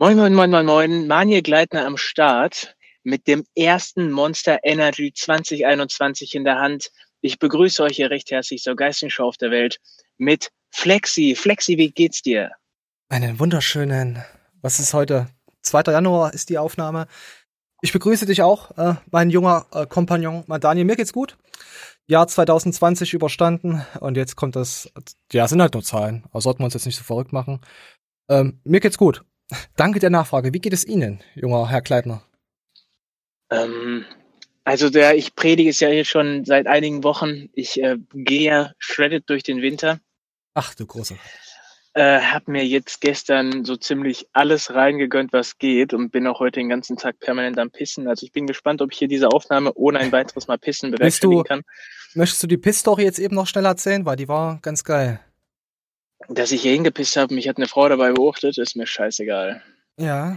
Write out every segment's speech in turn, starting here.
Moin, moin, moin, moin, moin. Manuel Gleitner am Start mit dem ersten Monster Energy 2021 in der Hand. Ich begrüße euch hier recht herzlich zur geilsten Show auf der Welt mit Flexi. Flexi, wie geht's dir? Einen wunderschönen, was ist heute? 2. Januar ist die Aufnahme. Ich begrüße dich auch, mein junger Kompagnon, mein Daniel. Mir geht's gut. Jahr 2020 überstanden und jetzt kommt das, ja, sind halt nur Zahlen, aber sollten wir uns jetzt nicht so verrückt machen. Mir geht's gut. Danke der Nachfrage. Wie geht es Ihnen, junger Herr Kleitner? Ich predige es ja hier schon seit einigen Wochen. Ich gehe ja shredded durch den Winter. Ach du großer. Hab mir jetzt gestern so ziemlich alles reingegönnt, was geht und bin auch heute den ganzen Tag permanent am Pissen. Also ich bin gespannt, ob ich hier diese Aufnahme ohne ein weiteres Mal Pissen bewerkstelligen kann. Möchtest du die Piss-Story jetzt eben noch schnell erzählen? Weil die war ganz geil. Dass ich hier hingepisst habe, mich hat eine Frau dabei beobachtet, ist mir scheißegal. Ja.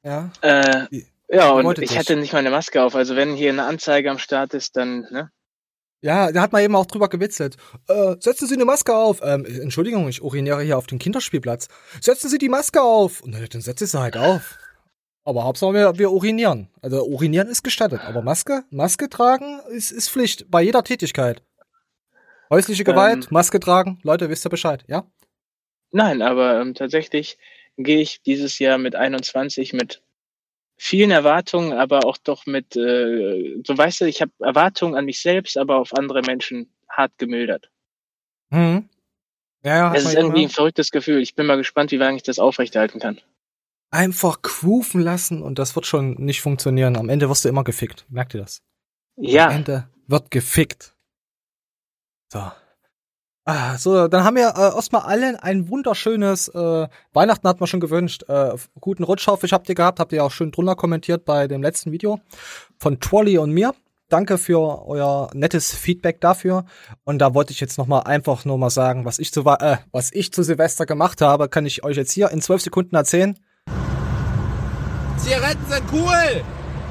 Und ich hatte nicht mal eine Maske auf. Also wenn hier eine Anzeige am Start ist, dann, ne? Ja, da hat man eben auch drüber gewitzelt. Setzen Sie eine Maske auf. Entschuldigung, ich uriniere hier auf dem Kinderspielplatz. Setzen Sie die Maske auf. Und dann setze ich sie halt auf. Aber Hauptsache wir urinieren. Also urinieren ist gestattet. Aber Maske tragen ist Pflicht bei jeder Tätigkeit. Häusliche Gewalt, Maske tragen. Leute, wisst ihr Bescheid, ja? Nein, aber tatsächlich gehe ich dieses Jahr mit 21 mit vielen Erwartungen, aber auch doch mit, ich habe Erwartungen an mich selbst, aber auf andere Menschen hart gemildert. Mhm. Ja, es ist irgendwie ein verrücktes Gefühl. Ich bin mal gespannt, wie lange ich das aufrechterhalten kann. Einfach quoofen lassen und das wird schon nicht funktionieren. Am Ende wirst du immer gefickt. Merkt ihr das? Ja. Am Ende wird gefickt. So, dann haben wir erstmal allen ein wunderschönes Weihnachten hat man schon gewünscht. Guten Rutsch, hoffe ich, habt ihr auch schön drunter kommentiert bei dem letzten Video von Trolley und mir. Danke für euer nettes Feedback dafür. Und da wollte ich jetzt einfach nur mal sagen, was ich zu Silvester gemacht habe, kann ich euch jetzt hier in 12 Sekunden erzählen. Zigaretten sind cool!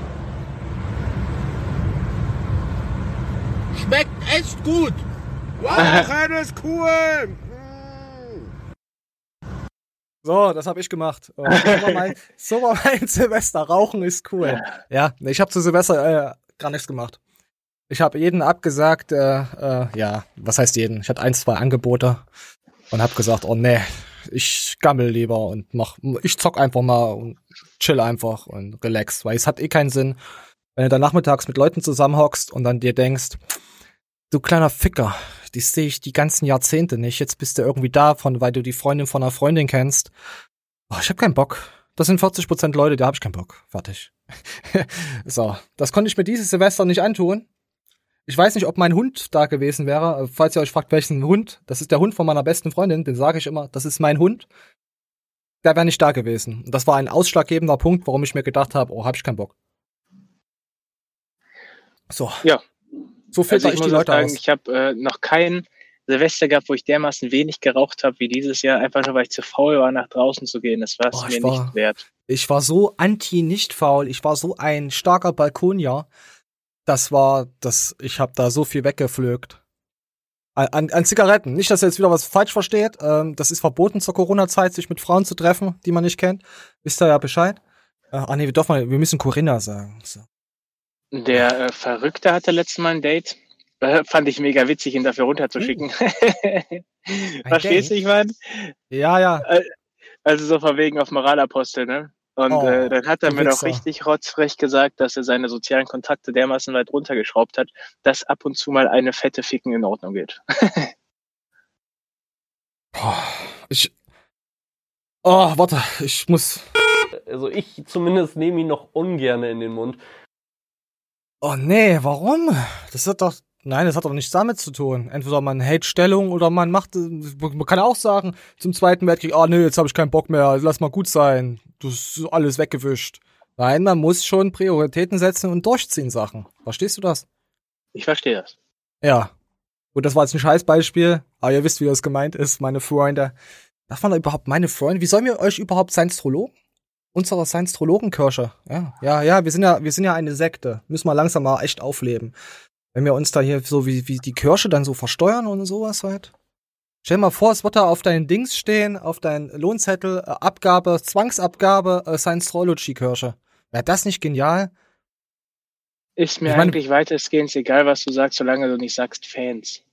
Schmeckt echt gut! Wow, ist cool! So, das habe ich gemacht. So war mein Silvester. Rauchen ist cool. Ja, ich habe zu Silvester gar nichts gemacht. Ich habe jeden abgesagt. Was heißt jeden? Ich hatte 1, 2 Angebote und habe gesagt, oh nee, ich gammel lieber und ich zock einfach mal und chill einfach und relax, weil es hat keinen Sinn, wenn du dann nachmittags mit Leuten zusammenhockst und dann dir denkst, du kleiner Ficker, die sehe ich die ganzen Jahrzehnte nicht. Jetzt bist du irgendwie weil du die Freundin von einer Freundin kennst. Oh, ich hab keinen Bock. Das sind 40% Leute, da hab ich keinen Bock. Fertig. So, das konnte ich mir dieses Silvester nicht antun. Ich weiß nicht, ob mein Hund da gewesen wäre. Falls ihr euch fragt, welchen Hund, das ist der Hund von meiner besten Freundin, den sage ich immer, das ist mein Hund. Der wäre nicht da gewesen. Und das war ein ausschlaggebender Punkt, warum ich mir gedacht habe, hab ich keinen Bock. So. Ja. So filter ich die Leute aus. Ich habe noch kein Silvester gehabt, wo ich dermaßen wenig geraucht habe wie dieses Jahr, einfach nur, weil ich zu faul war, nach draußen zu gehen. Das war es mir nicht wert. Ich war so nicht faul. Ich war so ein starker Balkonier. Ich habe da so viel weggepflückt. An Zigaretten. Nicht, dass ihr jetzt wieder was falsch versteht. Das ist verboten zur Corona-Zeit, sich mit Frauen zu treffen, die man nicht kennt. Wisst ihr ja Bescheid? Wir müssen Corinna sagen. So. Der Verrückte hatte letztes Mal ein Date. Fand ich mega witzig, ihn dafür runterzuschicken. Verstehst du, ich meine? Ja. Also so von wegen auf Moralapostel, ne? Und dann hat er mir doch richtig rotzfrech gesagt, dass er seine sozialen Kontakte dermaßen weit runtergeschraubt hat, dass ab und zu mal eine fette Ficken in Ordnung geht. Warte, ich muss... Also ich zumindest nehme ihn noch ungern in den Mund. Oh nee, warum? Das hat doch nichts damit zu tun. Entweder man hält Stellung oder man kann auch sagen, zum Zweiten Weltkrieg, nee, jetzt habe ich keinen Bock mehr, lass mal gut sein. Das ist alles weggewischt. Nein, man muss schon Prioritäten setzen und durchziehen Sachen. Verstehst du das? Ich verstehe das. Ja. Gut, das war jetzt ein Scheißbeispiel, aber ihr wisst, wie das gemeint ist, meine Freunde. Darf man da überhaupt meine Freunde? Wie sollen wir euch überhaupt Science-Trologen? Unsere Science-Trologen-Kirche. Ja, wir sind ja eine Sekte. Müssen wir langsam mal echt aufleben. Wenn wir uns da hier so wie die Kirche dann so versteuern und sowas halt. Stell dir mal vor, es wird da auf deinen Dings stehen, auf deinen Lohnzettel, Abgabe, Zwangsabgabe, Scientology-Kirche. Wäre das nicht genial? Ist mir Ich meine, eigentlich weitestgehend egal, was du sagst, solange du nicht sagst Fans.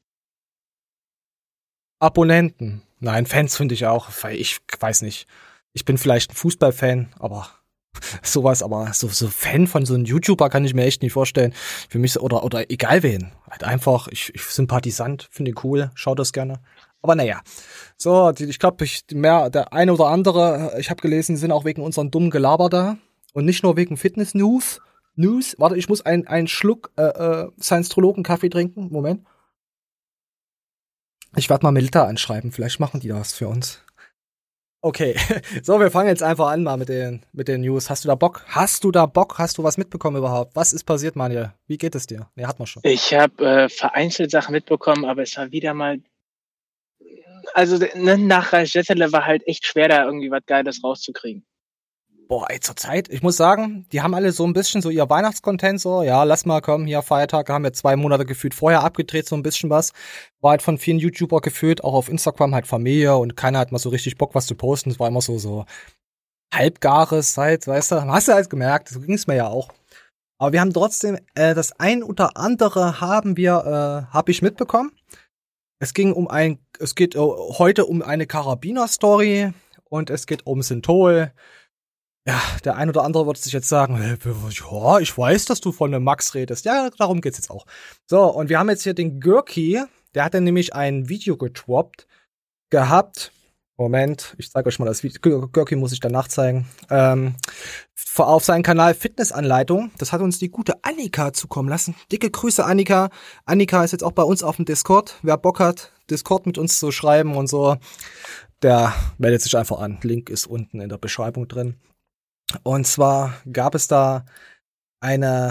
Abonnenten. Nein, Fans finde ich auch, weil ich weiß nicht. Ich bin vielleicht ein Fußballfan, aber sowas, aber so Fan von so einem YouTuber kann ich mir echt nicht vorstellen. Für mich, oder egal wen. Halt einfach, ich Sympathisant, finde ihn cool, schau das gerne. Aber naja. So, ich glaube, der eine oder andere, ich habe gelesen, sind auch wegen unserem dummen Gelaber da. Und nicht nur wegen Fitness-News. Warte, ich muss einen Schluck Science-Trologen-Kaffee trinken. Moment. Ich werde mal Melita anschreiben, vielleicht machen die das für uns. Okay, so, wir fangen jetzt einfach an mal mit den News. Hast du da Bock? Hast du was mitbekommen überhaupt? Was ist passiert, Manuel? Wie geht es dir? Nee, hat man schon. Ich habe vereinzelt Sachen mitbekommen, aber es war wieder mal, also nach Rajatele war halt echt schwer, da irgendwie was Geiles rauszukriegen. Boah, ey, zur Zeit, ich muss sagen, die haben alle so ein bisschen so ihr Weihnachtscontent so, ja, lass mal kommen, hier Feiertage, haben wir 2 Monate gefühlt vorher abgedreht, so ein bisschen was. War halt von vielen YouTuber gefühlt, auch auf Instagram halt Familie und keiner hat mal so richtig Bock, was zu posten. Es war immer so halbgares halt, weißt du, hast du halt gemerkt, so ging's mir ja auch. Aber wir haben trotzdem, das ein oder andere habe ich mitbekommen. Es geht heute um eine Karabiner-Story und es geht um Synthol. Ja, der ein oder andere wird sich jetzt sagen, ja, ich weiß, dass du von einem Max redest. Ja, darum geht's jetzt auch. So, und wir haben jetzt hier den Gürki, der hat dann nämlich ein Video getroppt gehabt. Moment, ich zeige euch mal das Video. Gürki muss ich danach zeigen. Auf seinen Kanal Fitnessanleitung. Das hat uns die gute Annika zukommen lassen. Dicke Grüße, Annika. Annika ist jetzt auch bei uns auf dem Discord. Wer Bock hat, Discord mit uns zu schreiben und so, der meldet sich einfach an. Link ist unten in der Beschreibung drin. Und zwar gab es da eine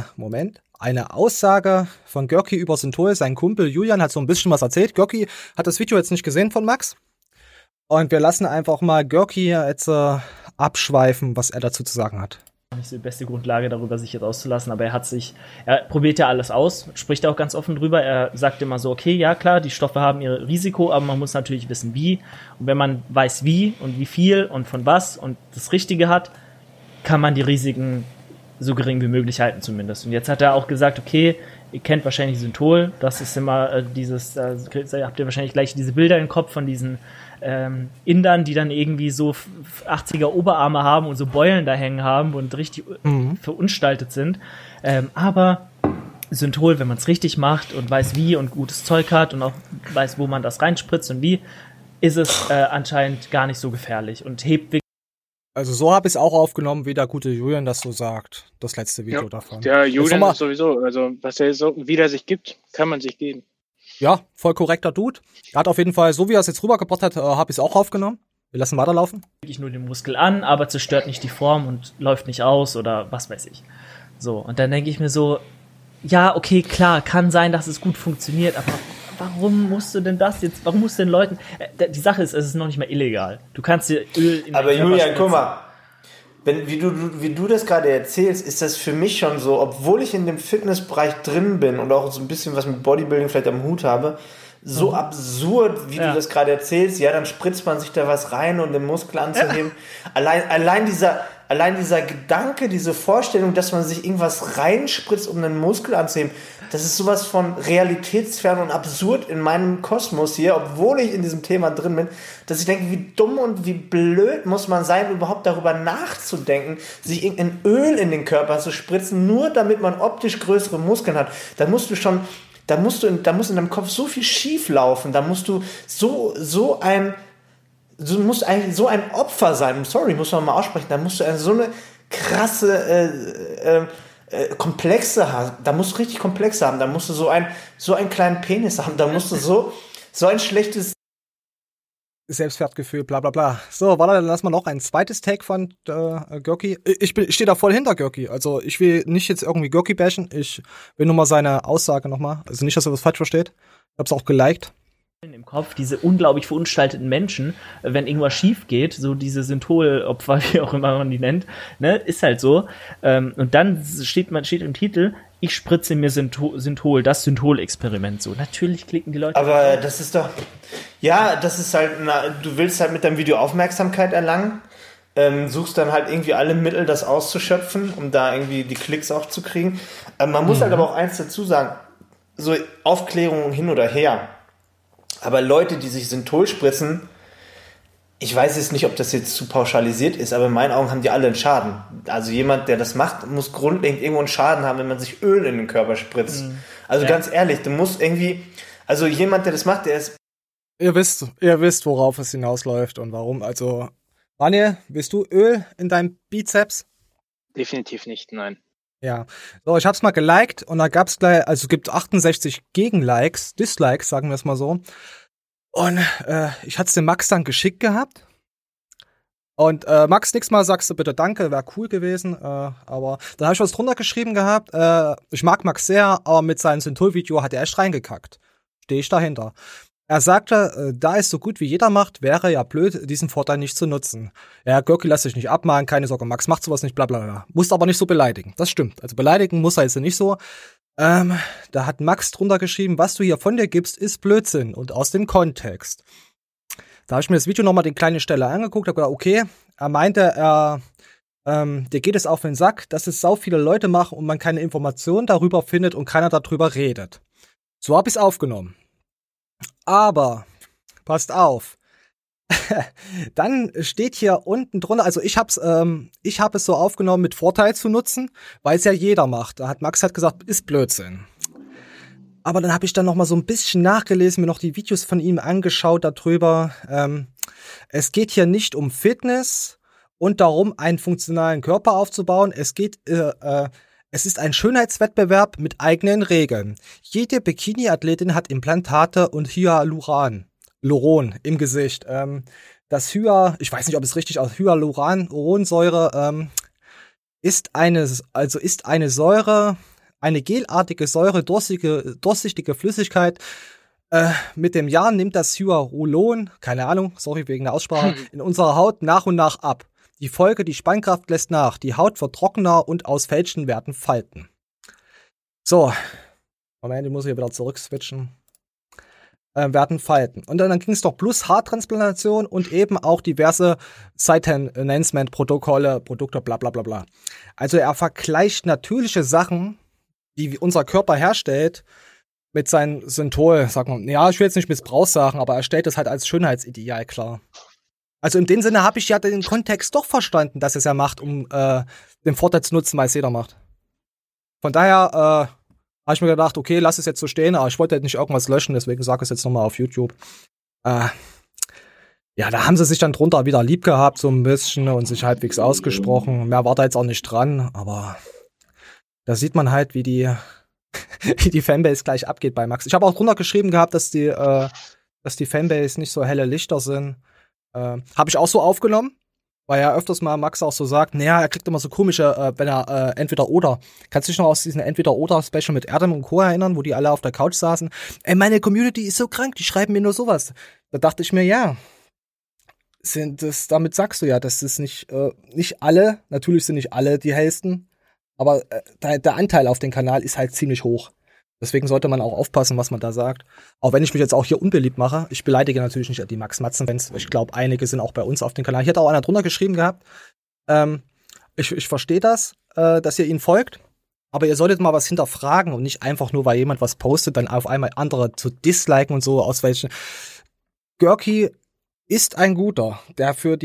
Aussage von Görki über Synthol. Sein Kumpel Julian hat so ein bisschen was erzählt. Görki hat das Video jetzt nicht gesehen von Max. Und wir lassen einfach mal Görki jetzt abschweifen, was er dazu zu sagen hat. Nicht so die beste Grundlage, darüber sich jetzt auszulassen, aber er probiert ja alles aus, spricht auch ganz offen drüber. Er sagt immer so, okay, ja klar, die Stoffe haben ihr Risiko, aber man muss natürlich wissen, wie. Und wenn man weiß, wie und wie viel und von was und das Richtige hat, kann man die Risiken so gering wie möglich halten zumindest. Und jetzt hat er auch gesagt, okay, ihr kennt wahrscheinlich Synthol, das ist immer habt ihr wahrscheinlich gleich diese Bilder im Kopf von diesen Indern, die dann irgendwie so 80er Oberarme haben und so Beulen da hängen haben und richtig verunstaltet sind. Aber Synthol, wenn man es richtig macht und weiß wie und gutes Zeug hat und auch weiß, wo man das reinspritzt und wie, ist es anscheinend gar nicht so gefährlich und hebt wirklich. Also so habe ich es auch aufgenommen, wie der gute Julian das so sagt, das letzte Video davon. Ja, Julian ist sowieso, also was er so wieder sich gibt, kann man sich geben. Ja, voll korrekter Dude. Er hat auf jeden Fall, so wie er es jetzt rübergebracht hat, habe ich es auch aufgenommen. Wir lassen weiterlaufen. Wirklich nur den Muskel an, aber zerstört nicht die Form und läuft nicht aus oder was weiß ich. So, und dann denke ich mir so, ja, okay, klar, kann sein, dass es gut funktioniert, aber warum musst du denn das jetzt, warum musst du den Leuten, die Sache ist, es ist noch nicht mal illegal. Du kannst dir Öl in aber Julian, guck mal, wie du das gerade erzählst, ist das für mich schon so, obwohl ich in dem Fitnessbereich drin bin und auch so ein bisschen was mit Bodybuilding vielleicht am Hut habe, so absurd, wie du das gerade erzählst. Ja, dann spritzt man sich da was rein, um den Muskel anzuheben. Allein dieser Gedanke, diese Vorstellung, dass man sich irgendwas reinspritzt, um den Muskel anzuheben, das ist sowas von realitätsfern und absurd in meinem Kosmos hier, obwohl ich in diesem Thema drin bin, dass ich denke, wie dumm und wie blöd muss man sein, überhaupt darüber nachzudenken, sich irgendein Öl in den Körper zu spritzen, nur damit man optisch größere Muskeln hat. Da musst in deinem Kopf so viel schief laufen, da musst du du musst eigentlich so ein Opfer sein, sorry, muss man mal aussprechen, da musst du so eine krasse Komplexe haben, da musst du richtig Komplexe haben, da musst du so einen kleinen Penis haben, da musst du so ein schlechtes Selbstwertgefühl, bla bla bla. So, warte, dann lass mal noch ein zweites Take von Görki. Ich stehe da voll hinter Görki. Also ich will nicht jetzt irgendwie Görki bashen, ich will nur mal seine Aussage nochmal, also nicht, dass er was falsch versteht. Ich hab's auch geliked. Im Kopf, diese unglaublich verunstalteten Menschen, wenn irgendwas schief geht, so diese Synthol-Opfer, wie auch immer man die nennt, ne, ist halt so. Und dann steht im Titel, ich spritze mir Synthol, das Synthol-Experiment so. Natürlich klicken die Leute. Aber das ist doch, ja, das ist halt, du willst halt mit deinem Video Aufmerksamkeit erlangen, suchst dann halt irgendwie alle Mittel, das auszuschöpfen, um da irgendwie die Klicks auch zu kriegen. Man muss halt aber auch eins dazu sagen, so Aufklärung hin oder her. Aber Leute, die sich Synthol spritzen, ich weiß jetzt nicht, ob das jetzt zu pauschalisiert ist, aber in meinen Augen haben die alle einen Schaden. Also jemand, der das macht, muss grundlegend irgendwo einen Schaden haben, wenn man sich Öl in den Körper spritzt. Also ganz ehrlich, du musst irgendwie, also jemand, der das macht, der ist... Ihr wisst, worauf es hinausläuft und warum. Also, Daniel, willst du Öl in deinem Bizeps? Definitiv nicht, nein. Ja. So, ich hab's mal geliked und da gab's gleich, also es gibt 68 Gegenlikes, Dislikes, sagen wir es mal so. Und ich hatte es dem Max dann geschickt gehabt. Und Max, nächstes Mal sagst du bitte Danke, wäre cool gewesen. Aber dann habe ich was drunter geschrieben gehabt. Ich mag Max sehr, aber mit seinem Synthol-Video hat er echt reingekackt. Stehe ich dahinter. Er sagte, da es so gut wie jeder macht, wäre ja blöd, diesen Vorteil nicht zu nutzen. Ja, Görki lässt sich nicht abmahnen, keine Sorge, Max macht sowas nicht, bla bla bla. Musst aber nicht so beleidigen. Das stimmt. Also beleidigen muss er jetzt nicht so. Da hat Max drunter geschrieben, was du hier von dir gibst, ist Blödsinn und aus dem Kontext. Da habe ich mir das Video nochmal die kleine Stelle angeguckt, habe gedacht, okay, er meinte, dir geht es auf den Sack, dass es sau viele Leute machen und man keine Informationen darüber findet und keiner darüber redet. So habe ich es aufgenommen. Aber, passt auf, dann steht hier unten drunter, also ich habe es so aufgenommen, mit Vorteil zu nutzen, weil es ja jeder macht. Da hat Max halt gesagt, ist Blödsinn. Aber dann habe ich dann noch mal so ein bisschen nachgelesen, mir noch die Videos von ihm angeschaut darüber. Es geht hier nicht um Fitness und darum, einen funktionalen Körper aufzubauen. Es ist ein Schönheitswettbewerb mit eigenen Regeln. Jede Bikini-Athletin hat Implantate und Hyaluron im Gesicht. Ich weiß nicht, ob es richtig aus Hyaluronsäure ist eine Säure, eine gelartige Säure, durchsichtige Flüssigkeit. Mit dem Jahr nimmt das Hyaluron, keine Ahnung, sorry wegen der Aussprache, in unserer Haut nach und nach ab. Die Folge, die Spannkraft lässt nach. Die Haut wird trockener und aus Fältchen werden Falten. So. Moment, ich muss hier wieder zurückswitchen. Werden Falten. Und dann ging es doch plus Haartransplantation und eben auch diverse Site-Enhancement-Produkte, bla bla bla bla. Also er vergleicht natürliche Sachen, die unser Körper herstellt, mit seinem Synthol. Sagt man, ja, ich will jetzt nicht Missbrauch sagen, aber er stellt das halt als Schönheitsideal klar. Also in dem Sinne habe ich ja den Kontext doch verstanden, dass es ja macht, um den Vorteil zu nutzen, weil es jeder macht. Von daher habe ich mir gedacht, okay, lass es jetzt so stehen, aber ich wollte halt nicht irgendwas löschen, deswegen sage ich es jetzt nochmal auf YouTube. Ja, da haben sie sich dann drunter wieder lieb gehabt, so ein bisschen, und sich halbwegs ausgesprochen. Mehr war da jetzt auch nicht dran, aber da sieht man halt, wie die Fanbase gleich abgeht bei Max. Ich habe auch drunter geschrieben gehabt, dass die Fanbase nicht so helle Lichter sind. Habe ich auch so aufgenommen, weil ja öfters mal Max auch so sagt, naja, er kriegt immer so komische, wenn er Entweder-Oder. Kannst du dich noch aus diesem Entweder-Oder-Special mit Erdem und Co. erinnern, wo die alle auf der Couch saßen? Ey, meine Community ist so krank, die schreiben mir nur sowas. Da dachte ich mir, ja, damit sagst du ja, dass es nicht alle, natürlich sind nicht alle die hellsten, aber der Anteil auf dem Kanal ist halt ziemlich hoch. Deswegen sollte man auch aufpassen, was man da sagt. Auch wenn ich mich jetzt auch hier unbeliebt mache. Ich beleidige natürlich nicht die Max-Matzen-Fans. Ich glaube, einige sind auch bei uns auf dem Kanal. Hier hat auch einer drunter geschrieben gehabt. Ich verstehe das, dass ihr ihnen folgt. Aber ihr solltet mal was hinterfragen und nicht einfach nur, weil jemand was postet, dann auf einmal andere zu disliken und so, aus welchen. Görki ist ein guter, der für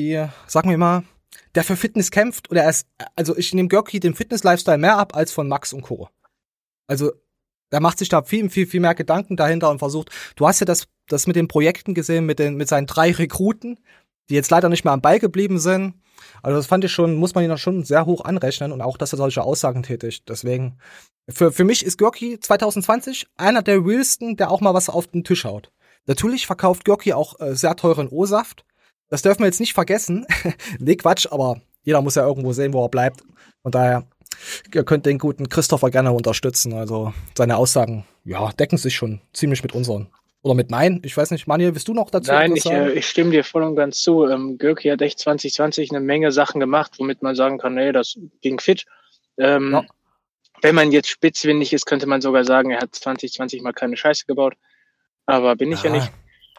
Fitness kämpft. Also ich nehme Görki den Fitness-Lifestyle mehr ab als von Max und Co. Also er macht sich da viel, viel, viel mehr Gedanken dahinter und versucht, du hast ja das mit den Projekten gesehen, mit seinen 3 Rekruten, die jetzt leider nicht mehr am Ball geblieben sind. Also das fand ich schon, muss man ihn schon sehr hoch anrechnen und auch, dass er solche Aussagen tätigt. Deswegen, für mich ist Görki 2020 einer der realsten, der auch mal was auf den Tisch haut. Natürlich verkauft Görki auch sehr teuren O-Saft. Das dürfen wir jetzt nicht vergessen. Nee, Quatsch, aber jeder muss ja irgendwo sehen, wo er bleibt. Von daher, ihr könnt den guten Christopher gerne unterstützen. Also seine Aussagen, ja, decken sich schon ziemlich mit unseren. Oder mit meinen. Ich weiß nicht, Manuel, willst du noch dazu Nein, etwas sagen? ich stimme dir voll und ganz zu. Görki hat echt 2020 eine Menge Sachen gemacht, womit man sagen kann, nee, das ging fit. Wenn man jetzt spitzfindig ist, könnte man sogar sagen, er hat 2020 mal keine Scheiße gebaut. Aber bin ich ja nicht.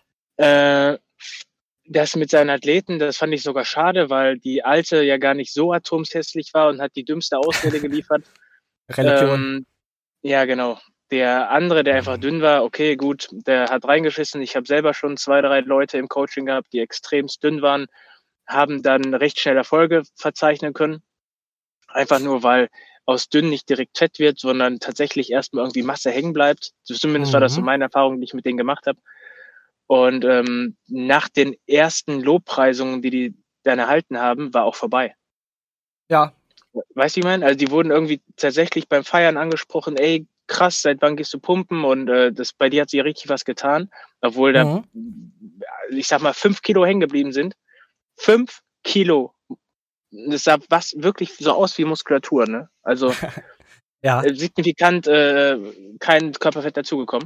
Das mit seinen Athleten, das fand ich sogar schade, weil die alte ja gar nicht so atomshässlich war und hat die dümmste Ausrede geliefert. Religion. Ja, genau. Der andere, der einfach dünn war, okay, gut, der hat reingeschissen. Ich habe selber schon 2, 3 Leute im Coaching gehabt, die extremst dünn waren, haben dann recht schnell Erfolge verzeichnen können. Einfach nur, weil aus dünn nicht direkt fett wird, sondern tatsächlich erstmal irgendwie Masse hängen bleibt. Zumindest war das so meine Erfahrung, die ich mit denen gemacht habe. Und nach den ersten Lobpreisungen, die dann erhalten haben, war auch vorbei. Ja. Weißt du, wie ich meine? Also die wurden irgendwie tatsächlich beim Feiern angesprochen, ey, krass, seit wann gehst du pumpen? Und bei dir hat sich ja richtig was getan, obwohl da, ich sag mal, 5 Kilo hängen geblieben sind. 5 Kilo. Das sah wirklich so aus wie Muskulatur, ne? Also signifikant kein Körperfett dazugekommen.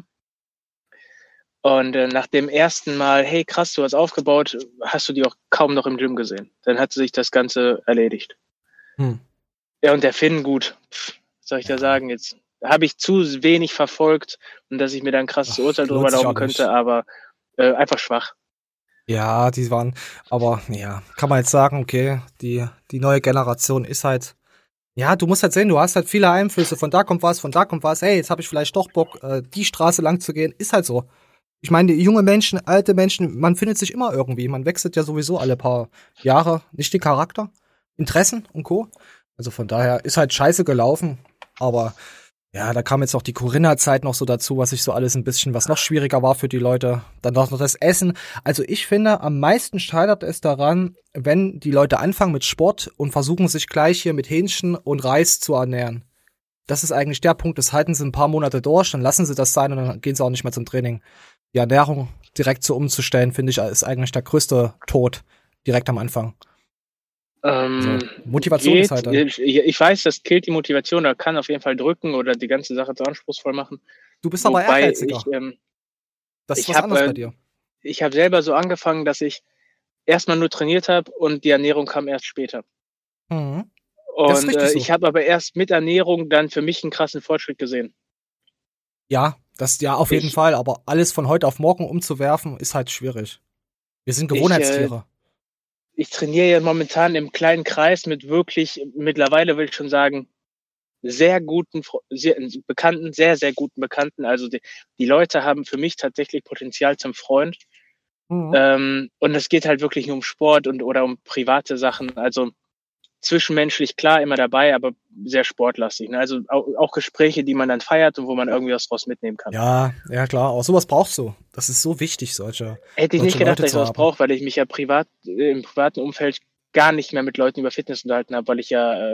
Und nach dem ersten Mal, hey krass, du hast aufgebaut, hast du die auch kaum noch im Gym gesehen. Dann hat sich das Ganze erledigt. Ja, und der Finn, gut, was soll ich da sagen jetzt? Habe ich zu wenig verfolgt, und dass ich mir da ein krasses Urteil drüber erlauben könnte, aber einfach schwach. Ja, die waren, aber ja, kann man jetzt sagen, okay, die neue Generation ist halt, ja, du musst halt sehen, du hast halt viele Einflüsse, von da kommt was, hey, jetzt habe ich vielleicht doch Bock, die Straße lang zu gehen, ist halt so. Ich meine, junge Menschen, alte Menschen, man findet sich immer irgendwie, man wechselt ja sowieso alle paar Jahre, nicht den Charakter, Interessen und Co. Also von daher ist halt scheiße gelaufen, aber ja, da kam jetzt noch die Corinna-Zeit noch so dazu, was noch schwieriger war für die Leute. Dann noch das Essen. Also ich finde, am meisten scheitert es daran, wenn die Leute anfangen mit Sport und versuchen sich gleich hier mit Hähnchen und Reis zu ernähren. Das ist eigentlich der Punkt, das halten sie ein paar Monate durch, dann lassen sie das sein und dann gehen sie auch nicht mehr zum Training. Die Ernährung direkt so umzustellen, finde ich, ist eigentlich der größte Tod direkt am Anfang. Motivation ist halt dann. Ich weiß, das killt die Motivation, oder kann auf jeden Fall drücken oder die ganze Sache zu anspruchsvoll machen. Du bist aber ehrgeiziger. Das ist was anderes bei dir. Ich habe selber so angefangen, dass ich erstmal nur trainiert habe und die Ernährung kam erst später. Und ich habe aber erst mit Ernährung dann für mich einen krassen Fortschritt gesehen. Ja, auf jeden Fall, aber alles von heute auf morgen umzuwerfen, ist halt schwierig. Wir sind Gewohnheitstiere. Ich trainiere ja momentan im kleinen Kreis mit wirklich, mittlerweile will ich schon sagen, sehr guten Bekannten, sehr, sehr guten Bekannten. Also die Leute haben für mich tatsächlich Potenzial zum Freund. Und es geht halt wirklich nur um Sport oder um private Sachen. Also zwischenmenschlich klar immer dabei, aber sehr sportlastig. Ne? Also auch Gespräche, die man dann feiert und wo man irgendwie was draus mitnehmen kann. Ja, klar. Auch sowas brauchst du. Das ist so wichtig, solche. Hätte ich nicht gedacht, dass ich sowas brauche, weil ich mich ja im privaten Umfeld gar nicht mehr mit Leuten über Fitness unterhalten habe, weil ich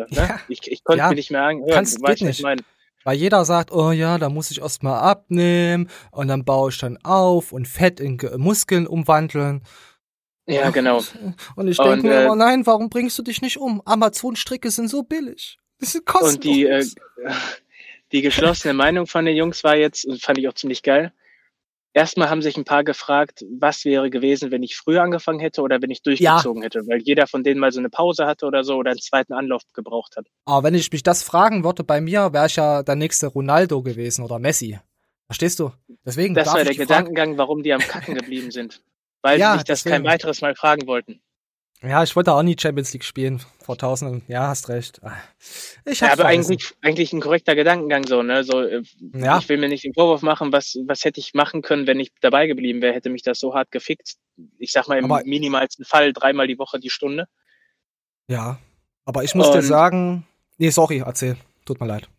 ich konnte mir nicht mehr anhören. Geht nicht. Weil jeder sagt, oh ja, da muss ich erst mal abnehmen und dann baue ich dann auf und Fett in Muskeln umwandeln. Ja, genau. Und ich denke mir aber, nein, warum bringst du dich nicht um? Amazon-Stricke sind so billig. Die sind kostenlos. Und die geschlossene Meinung von den Jungs war jetzt, und fand ich auch ziemlich geil, erstmal haben sich ein paar gefragt, was wäre gewesen, wenn ich früher angefangen hätte oder wenn ich durchgezogen hätte, weil jeder von denen mal so eine Pause hatte oder so oder einen zweiten Anlauf gebraucht hat. Aber wenn ich mich das fragen würde bei mir, wäre ich ja der nächste Ronaldo gewesen oder Messi. Verstehst du? Deswegen das war der Gedankengang, warum die am Kacken geblieben sind. Weil sie sich das kein weiteres Mal fragen wollten. Ja, ich wollte auch nie Champions League spielen vor Tausenden. Ja, hast recht. Aber eigentlich ein korrekter Gedankengang so, ne? So, ich will mir nicht den Vorwurf machen, was hätte ich machen können, wenn ich dabei geblieben wäre, hätte mich das so hart gefickt. Ich sag mal im minimalsten Fall 3-mal die Woche die Stunde. Ja, aber ich muss dir sagen, sorry, erzähl. Tut mir leid.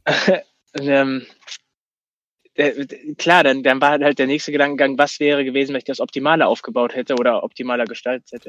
Klar, dann war halt der nächste Gedankengang, was wäre gewesen, wenn ich das optimaler aufgebaut hätte oder optimaler gestaltet hätte.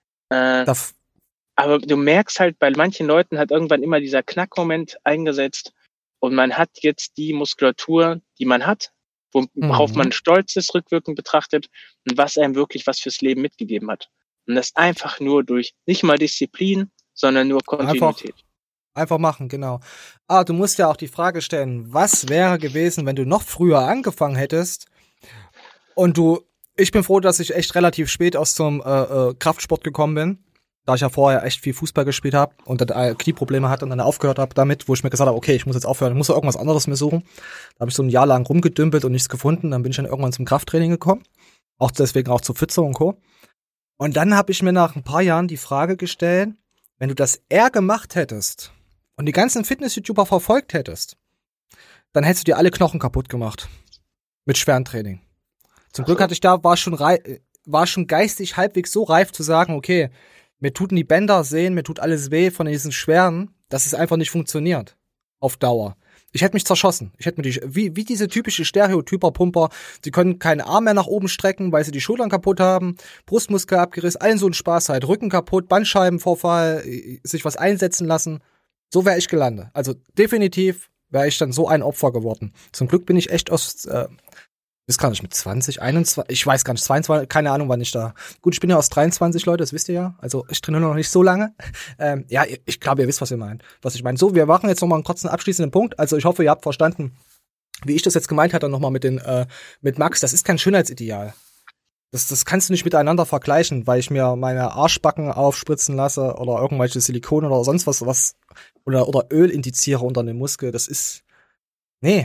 Aber du merkst halt, bei manchen Leuten hat irgendwann immer dieser Knackmoment eingesetzt und man hat jetzt die Muskulatur, die man hat, worauf man stolz ist, rückwirkend betrachtet und was einem wirklich was fürs Leben mitgegeben hat. Und das einfach nur durch, nicht mal Disziplin, sondern nur Kontinuität. Einfach machen, genau. Du musst ja auch die Frage stellen, was wäre gewesen, wenn du noch früher angefangen hättest und ich bin froh, dass ich echt relativ spät aus zum Kraftsport gekommen bin. da ich ja vorher echt viel Fußball gespielt habe und dann Knieprobleme hatte und dann aufgehört habe damit, wo ich mir gesagt habe, okay, ich muss jetzt aufhören, ich muss irgendwas anderes mir suchen. Da habe ich so ein Jahr lang rumgedümpelt und nichts gefunden. Dann bin ich dann irgendwann zum Krafttraining gekommen. Auch deswegen auch zu Pfütze und Co. Und dann habe ich mir nach ein paar Jahren die Frage gestellt, wenn du das eher gemacht hättest und die ganzen Fitness-YouTuber verfolgt hättest, dann hättest du dir alle Knochen kaputt gemacht. Mit schweren Training. Zum Glück hatte ich war schon geistig halbwegs so reif zu sagen, okay, mir tuten die Bänder sehen, mir tut alles weh von diesen schweren, dass es einfach nicht funktioniert. Auf Dauer. Ich hätte mich zerschossen. Ich hätte mir wie diese typische Stereotyper-Pumper, sie können keinen Arm mehr nach oben strecken, weil sie die Schultern kaputt haben, Brustmuskel abgerissen, allen so ein Spaß halt, Rücken kaputt, Bandscheibenvorfall, sich was einsetzen lassen. So wäre ich gelandet. Also definitiv wäre ich dann so ein Opfer geworden. Zum Glück bin ich echt weiß gar nicht, mit 20, 21, ich weiß gar nicht, 22, keine Ahnung, wann ich da. Gut, ich bin ja aus 23, Leute, das wisst ihr ja. Also ich trainiere noch nicht so lange. Ja, ich glaube, ihr wisst, was ich meine. So, wir machen jetzt nochmal einen kurzen abschließenden Punkt. Also ich hoffe, ihr habt verstanden, wie ich das jetzt gemeint hatte, nochmal mit Max. Das ist kein Schönheitsideal. Das kannst du nicht miteinander vergleichen, weil ich mir meine Arschbacken aufspritzen lasse oder irgendwelche Silikone oder sonst was oder Öl indiziere unter den Muskel. Das ist, nee,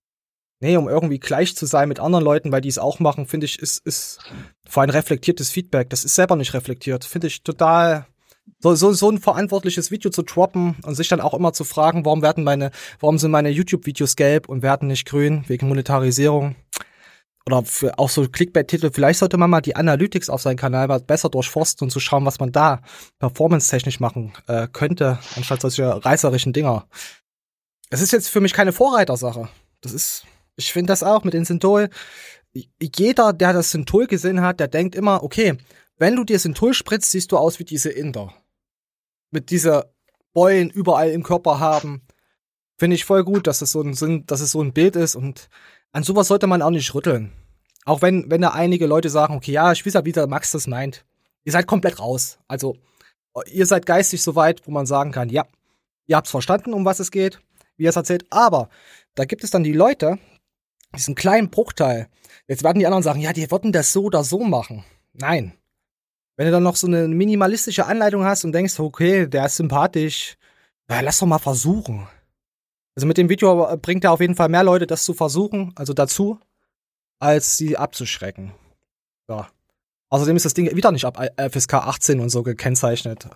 um irgendwie gleich zu sein mit anderen Leuten, weil die es auch machen, finde ich, ist vor allem reflektiertes Feedback. Das ist selber nicht reflektiert. Finde ich total, so ein verantwortliches Video zu droppen und sich dann auch immer zu fragen, warum sind meine YouTube-Videos gelb und werden nicht grün, wegen Monetarisierung. Oder für auch so Clickbait-Titel. Vielleicht sollte man mal die Analytics auf seinen Kanal besser durchforsten und zu schauen, was man da performance-technisch machen könnte, anstatt solche reißerischen Dinger. Es ist jetzt für mich keine Vorreitersache. Ich finde das auch mit den Synthol. Jeder, der das Synthol gesehen hat, der denkt immer, okay, wenn du dir Synthol spritzt, siehst du aus wie diese Inder. Mit diese Beulen überall im Körper haben. Finde ich voll gut, dass es so ein Bild ist und an sowas sollte man auch nicht rütteln. Auch wenn da einige Leute sagen, okay, ja, ich weiß ja, wie der Max das meint. Ihr seid komplett raus. Also, ihr seid geistig so weit, wo man sagen kann, ja, ihr habt's verstanden, um was es geht, wie er es erzählt, aber da gibt es dann die Leute, diesen kleinen Bruchteil. Jetzt werden die anderen sagen, ja, die würden das so oder so machen. Nein. Wenn du dann noch so eine minimalistische Anleitung hast und denkst, okay, der ist sympathisch, ja, lass doch mal versuchen. Also mit dem Video bringt er auf jeden Fall mehr Leute, das zu versuchen, also dazu, als sie abzuschrecken. Ja. Außerdem ist das Ding wieder nicht ab FSK 18 und so gekennzeichnet.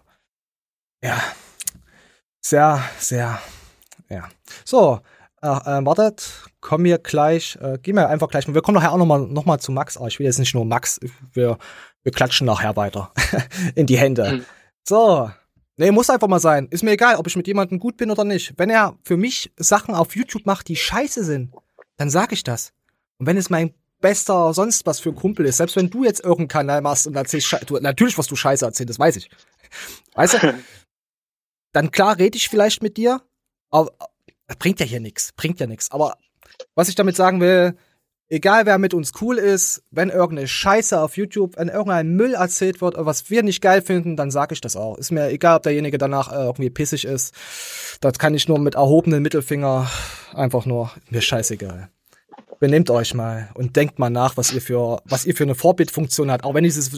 Ja. Sehr, sehr, ja. So, wartet, gehen wir einfach gleich. Wir kommen nachher auch noch mal zu Max. Aber ich will jetzt nicht nur Max, wir klatschen nachher weiter in die Hände. So, nee, muss einfach mal sein. Ist mir egal, ob ich mit jemandem gut bin oder nicht. Wenn er für mich Sachen auf YouTube macht, die scheiße sind, dann sag ich das. Und wenn es mein bester sonst was für ein Kumpel ist, selbst wenn du jetzt irgendeinen Kanal machst und erzählst, natürlich, was du Scheiße erzählst, das weiß ich. Weißt du? Dann klar rede ich vielleicht mit dir, aber das bringt ja nichts. Aber was ich damit sagen will, egal wer mit uns cool ist, wenn irgendeine Scheiße auf YouTube, wenn irgendein Müll erzählt wird, was wir nicht geil finden, dann sage ich das auch. Ist mir egal, ob derjenige danach irgendwie pissig ist. Das kann ich nur mit erhobenem Mittelfinger einfach nur, mir scheißegal. Benehmt euch mal und denkt mal nach, was ihr für eine Vorbildfunktion habt. Auch wenn dieses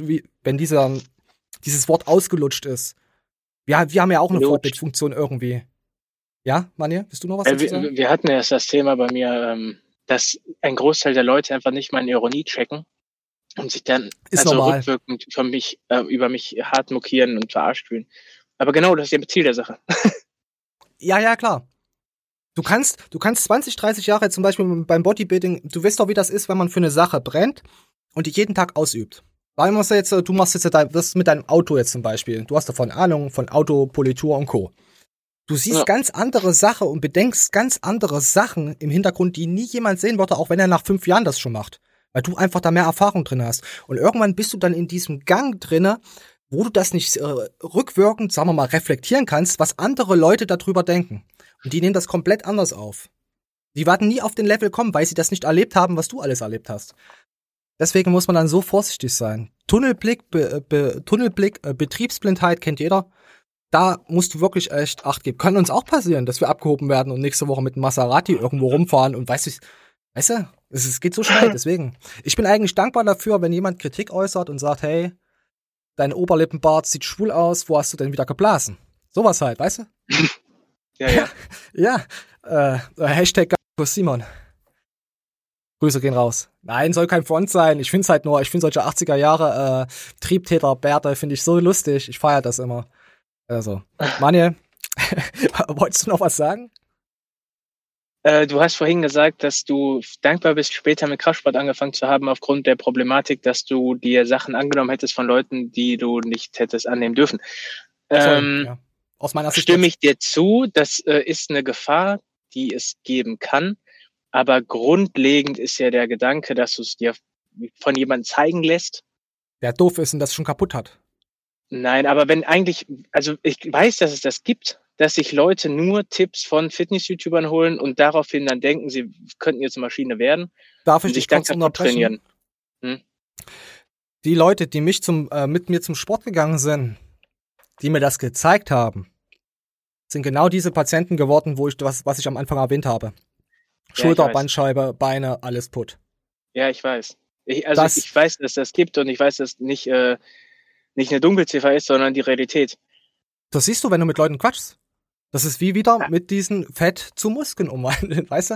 Wort ausgelutscht ist. Wir haben ja auch eine Vorbildfunktion irgendwie. Ja, Manje, willst du noch was dazu sagen? Wir hatten erst das Thema bei mir, dass ein Großteil der Leute einfach nicht meine Ironie checken und sich dann rückwirkend über mich hart mokieren und verarscht fühlen. Aber genau, das ist ja Ziel der Sache. Ja, klar. Du kannst 20, 30 Jahre zum Beispiel beim Bodybuilding, du weißt doch, wie das ist, wenn man für eine Sache brennt und die jeden Tag ausübt. Du machst jetzt das mit deinem Auto jetzt zum Beispiel. Du hast davon Ahnung von Auto, Politur und Co. Du siehst ganz andere Sachen und bedenkst ganz andere Sachen im Hintergrund, die nie jemand sehen würde, auch wenn er nach 5 Jahren das schon macht. Weil du einfach da mehr Erfahrung drin hast. Und irgendwann bist du dann in diesem Gang drinne, wo du das nicht rückwirkend, sagen wir mal, reflektieren kannst, was andere Leute darüber denken. Und die nehmen das komplett anders auf. Die werden nie auf den Level kommen, weil sie das nicht erlebt haben, was du alles erlebt hast. Deswegen muss man dann so vorsichtig sein. Tunnelblick, Betriebsblindheit kennt jeder. Da musst du wirklich echt Acht geben. Kann uns auch passieren, dass wir abgehoben werden und nächste Woche mit einem Maserati irgendwo rumfahren und weißt du, es geht so schnell, deswegen. Ich bin eigentlich dankbar dafür, wenn jemand Kritik äußert und sagt, hey, dein Oberlippenbart sieht schwul aus, wo hast du denn wieder geblasen? Sowas halt, weißt du? Ja. Ja, Hashtag Simon. Grüße gehen raus. Nein, soll kein Front sein. Ich finde solche 80er Jahre Triebtäterbärte finde ich so lustig. Ich feiere das immer. Also, Manuel, wolltest du noch was sagen? Du hast vorhin gesagt, dass du dankbar bist, später mit Kraftsport angefangen zu haben, aufgrund der Problematik, dass du dir Sachen angenommen hättest von Leuten, die du nicht hättest annehmen dürfen. Ja. Aus meiner Sicht Stimme ich dir zu, das ist eine Gefahr, die es geben kann. Aber grundlegend ist ja der Gedanke, dass du es dir von jemandem zeigen lässt. Der doof ist und das schon kaputt hat. Nein, aber wenn eigentlich, also ich weiß, dass es das gibt, dass sich Leute nur Tipps von Fitness-YouTubern holen und daraufhin dann denken, sie könnten jetzt eine Maschine werden. Darf ich und dich sich dann kurz kaputt unterbrechen? trainieren. Die Leute, die mit mir zum Sport gegangen sind, die mir das gezeigt haben, sind genau diese Patienten geworden, was ich am Anfang erwähnt habe. Schulter, ich weiß. Bandscheibe, Beine, alles putt. Ja, ich weiß. Ich weiß, dass das gibt und ich weiß, dass nicht eine Dunkelziffer ist, sondern die Realität. Das siehst du, wenn du mit Leuten quatschst. Das ist wie wieder mit diesen Fett zu Muskeln umwandeln, weißt du?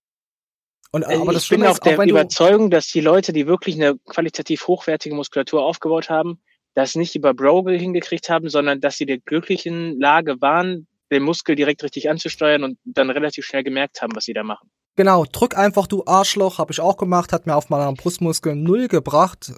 Aber das Ich bin Schlimme auch ist, der wenn Überzeugung, dass die Leute, die wirklich eine qualitativ hochwertige Muskulatur aufgebaut haben, das nicht über Bro hingekriegt haben, sondern dass sie in der glücklichen Lage waren, den Muskel direkt richtig anzusteuern und dann relativ schnell gemerkt haben, was sie da machen. Genau, drück einfach, du Arschloch, habe ich auch gemacht, hat mir auf meiner Brustmuskel 0 gebracht.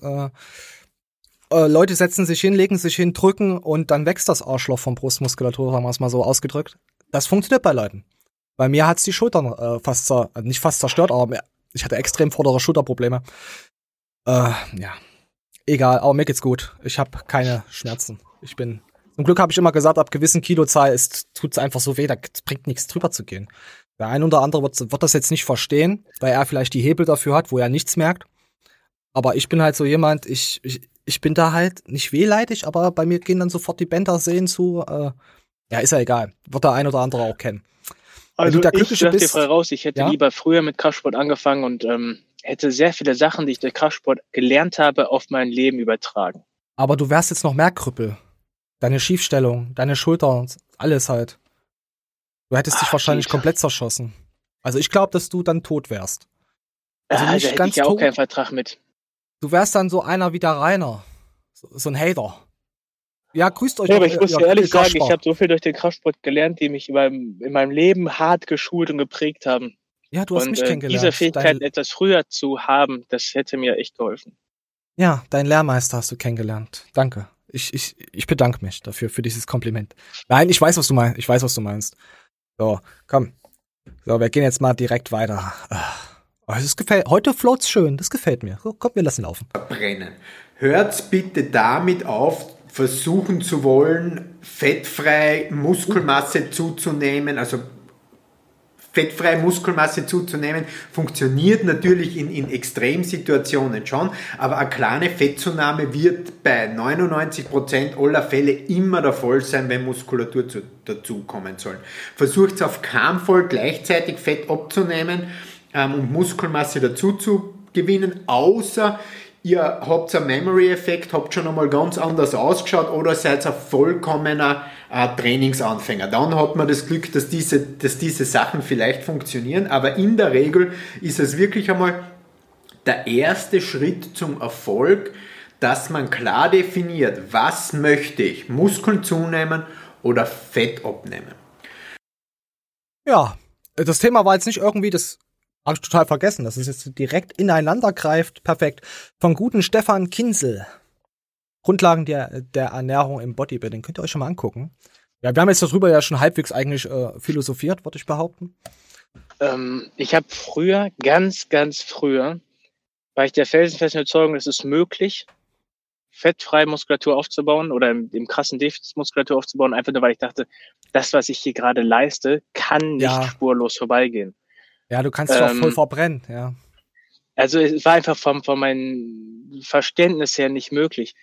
Leute setzen sich hin, legen sich hin, drücken und dann wächst das Arschloch vom Brustmuskulatur, sagen wir es mal so ausgedrückt. Das funktioniert bei Leuten. Bei mir hat's die Schultern nicht fast zerstört, aber ich hatte extrem vordere Schulterprobleme. Ja, egal, aber mir geht's gut. Ich habe keine Schmerzen. Zum Glück habe ich immer gesagt, ab gewissen Kilozahl tut's einfach so weh, da bringt nichts drüber zu gehen. Der ein oder andere wird das jetzt nicht verstehen, weil er vielleicht die Hebel dafür hat, wo er nichts merkt. Aber ich bin halt so jemand, ich bin da halt nicht wehleidig, aber bei mir gehen dann sofort die Bändersehnen zu. Ja, ist ja egal. Wird der ein oder andere auch kennen. Also Wenn du der ich Glückliche sag dir bist, frei raus, ich hätte lieber früher mit Kraftsport angefangen und hätte sehr viele Sachen, die ich durch Kraftsport gelernt habe, auf mein Leben übertragen. aber du wärst jetzt noch mehr Krüppel. Deine Schiefstellung, deine Schulter, alles halt. Du hättest dich wahrscheinlich komplett zerschossen. Also ich glaube, dass du dann tot wärst. Also Da nicht hätte ganz ich ja auch tot. keinen Vertrag mit. Du wärst dann so einer wie der Rainer. So ein Hater. Ja, grüßt euch. Ja, aber ich muss dir ehrlich sagen, Kasper. ich habe so viel durch den Kraftsport gelernt, die mich in meinem Leben hart geschult und geprägt haben. Ja, du hast mich Und kennengelernt. diese Fähigkeit etwas früher zu haben, das hätte mir echt geholfen. Ja, dein Lehrmeister hast du kennengelernt. Danke. Ich bedanke mich dafür, für dieses Kompliment. Nein, ich weiß, was du meinst. So, komm. So, wir gehen jetzt mal direkt weiter. Heute float's schön, das gefällt mir. So, komm, wir lassen laufen. Brennen. Hört bitte damit auf, versuchen zu wollen, fettfrei Muskelmasse zuzunehmen, also fettfreie Muskelmasse zuzunehmen, funktioniert natürlich in Extremsituationen schon, aber eine kleine Fettzunahme wird bei 99% aller Fälle immer der Fall sein, wenn Muskulatur dazukommen soll. Versucht es auf keinen Fall gleichzeitig Fett abzunehmen und Muskelmasse dazu zu gewinnen, außer ihr habt einen Memory-Effekt, habt schon einmal ganz anders ausgeschaut oder seid ein vollkommener Trainingsanfänger. Dann hat man das Glück, dass diese Sachen vielleicht funktionieren, aber in der Regel ist es wirklich einmal der erste Schritt zum Erfolg, dass man klar definiert, was möchte ich, Muskeln zunehmen oder Fett abnehmen. Ja, das Thema war jetzt nicht irgendwie, das habe ich total vergessen, dass es jetzt direkt ineinander greift. Perfekt. Von guten Stefan Kinzel. Grundlagen der Ernährung im Bodybuilding. Könnt ihr euch schon mal angucken. Ja, wir haben jetzt darüber ja schon halbwegs eigentlich philosophiert, würde ich behaupten. Ich habe früher, ganz, ganz früher, war ich der felsenfesten Überzeugung, es ist möglich, fettfreie Muskulatur aufzubauen oder im krassen Defizit Muskulatur aufzubauen, einfach nur, weil ich dachte, das, was ich hier gerade leiste, kann nicht spurlos vorbeigehen. Ja, du kannst dich auch voll verbrennen, ja. Also es war einfach von meinem Verständnis her nicht möglich.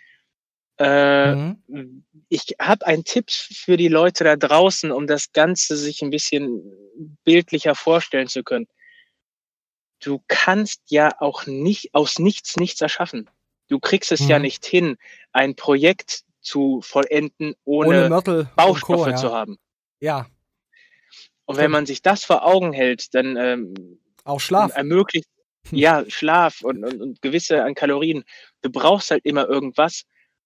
Ich habe einen Tipp für die Leute da draußen, um das Ganze sich ein bisschen bildlicher vorstellen zu können. Du kannst ja auch nicht aus nichts erschaffen. Du kriegst es ja nicht hin, ein Projekt zu vollenden, ohne Mörtel und Baustoffe Co., ja. zu haben. Ja, Und wenn man sich das vor Augen hält, dann auch Schlaf. ermöglicht Schlaf und gewisse an Kalorien. Du brauchst halt immer irgendwas.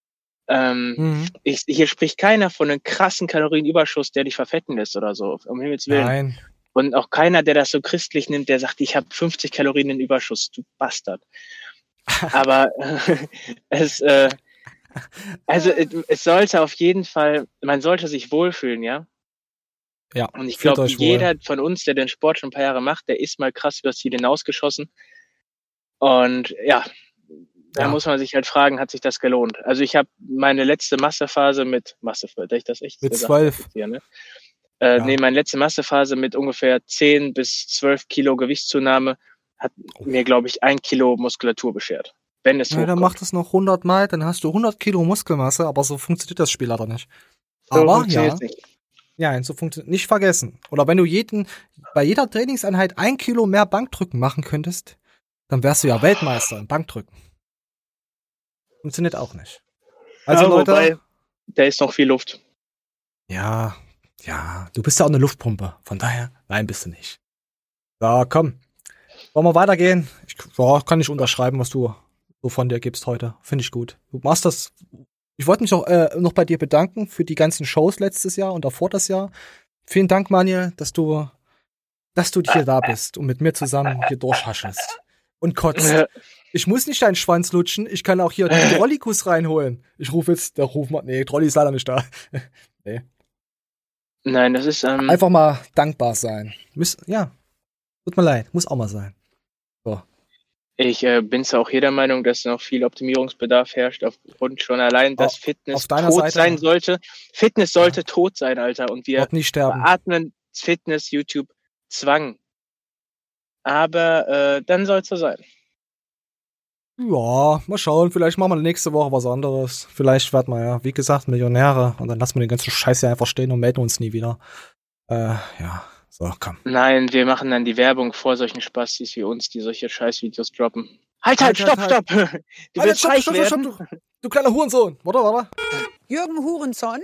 Hier spricht keiner von einem krassen Kalorienüberschuss, der dich verfetten lässt oder so, um Himmels Willen. Nein. Und auch keiner, der das so christlich nimmt, der sagt, ich habe 50 Kalorien in Überschuss, du Bastard. Aber es sollte auf jeden Fall, man sollte sich wohlfühlen, ja. Ja. Und ich fühlt glaube, euch wohl. jeder von uns, der den Sport schon ein paar Jahre macht, der ist mal krass übers Ziel hinausgeschossen. Und ja, da muss man sich halt fragen, hat sich das gelohnt? Also ich habe meine letzte Massephase mit 12. Hier, ne? Meine letzte Massephase mit ungefähr 10 bis 12 Kilo Gewichtszunahme hat mir, glaube ich, 1 Kilo Muskulatur beschert. Wenn es dann mach das noch 100 Mal, dann hast du 100 Kilo Muskelmasse, aber so funktioniert das Spiel leider nicht. So Aber funktioniert's nicht. Ja, so funktioniert. Nicht vergessen. Oder wenn du bei jeder Trainingseinheit 1 Kilo mehr Bankdrücken machen könntest, dann wärst du ja Weltmeister im Bankdrücken. Funktioniert auch nicht. Also ja, Leute, wobei, da ist noch viel Luft. Ja, du bist ja auch eine Luftpumpe. Von daher, nein, bist du nicht. So, komm. Wollen wir weitergehen? Kann ich unterschreiben, was du so von dir gibst heute. Finde ich gut. Du machst das. Ich wollte mich auch noch bei dir bedanken für die ganzen Shows letztes Jahr und davor das Jahr. Vielen Dank, Manuel, dass du hier da bist und mit mir zusammen hier durchhaschelst und kotzt. Ich muss nicht deinen Schwanz lutschen, ich kann auch hier den Trollikus reinholen. Ich rufe jetzt, Trolli ist leider nicht da. Nee. Nein, das ist einfach mal dankbar sein. Tut mir leid, muss auch mal sein. So. Ich bin zwar auch jeder Meinung, dass noch viel Optimierungsbedarf herrscht, aufgrund schon allein, dass Fitness tot sein sollte. Fitness sollte tot sein, Alter. Und wir atmen Fitness, YouTube, Zwang. Aber dann soll es so sein. Ja, mal schauen. Vielleicht machen wir nächste Woche was anderes. Vielleicht werden wir ja, wie gesagt, Millionäre. Und dann lassen wir den ganzen Scheiß ja einfach stehen und melden uns nie wieder. So, komm. Nein, wir machen dann die Werbung vor solchen Spastis wie uns, die solche Scheißvideos droppen. Halt, stopp! Du willst reich werden? Du kleiner Hurensohn. Warte. Jürgen Hurensohn.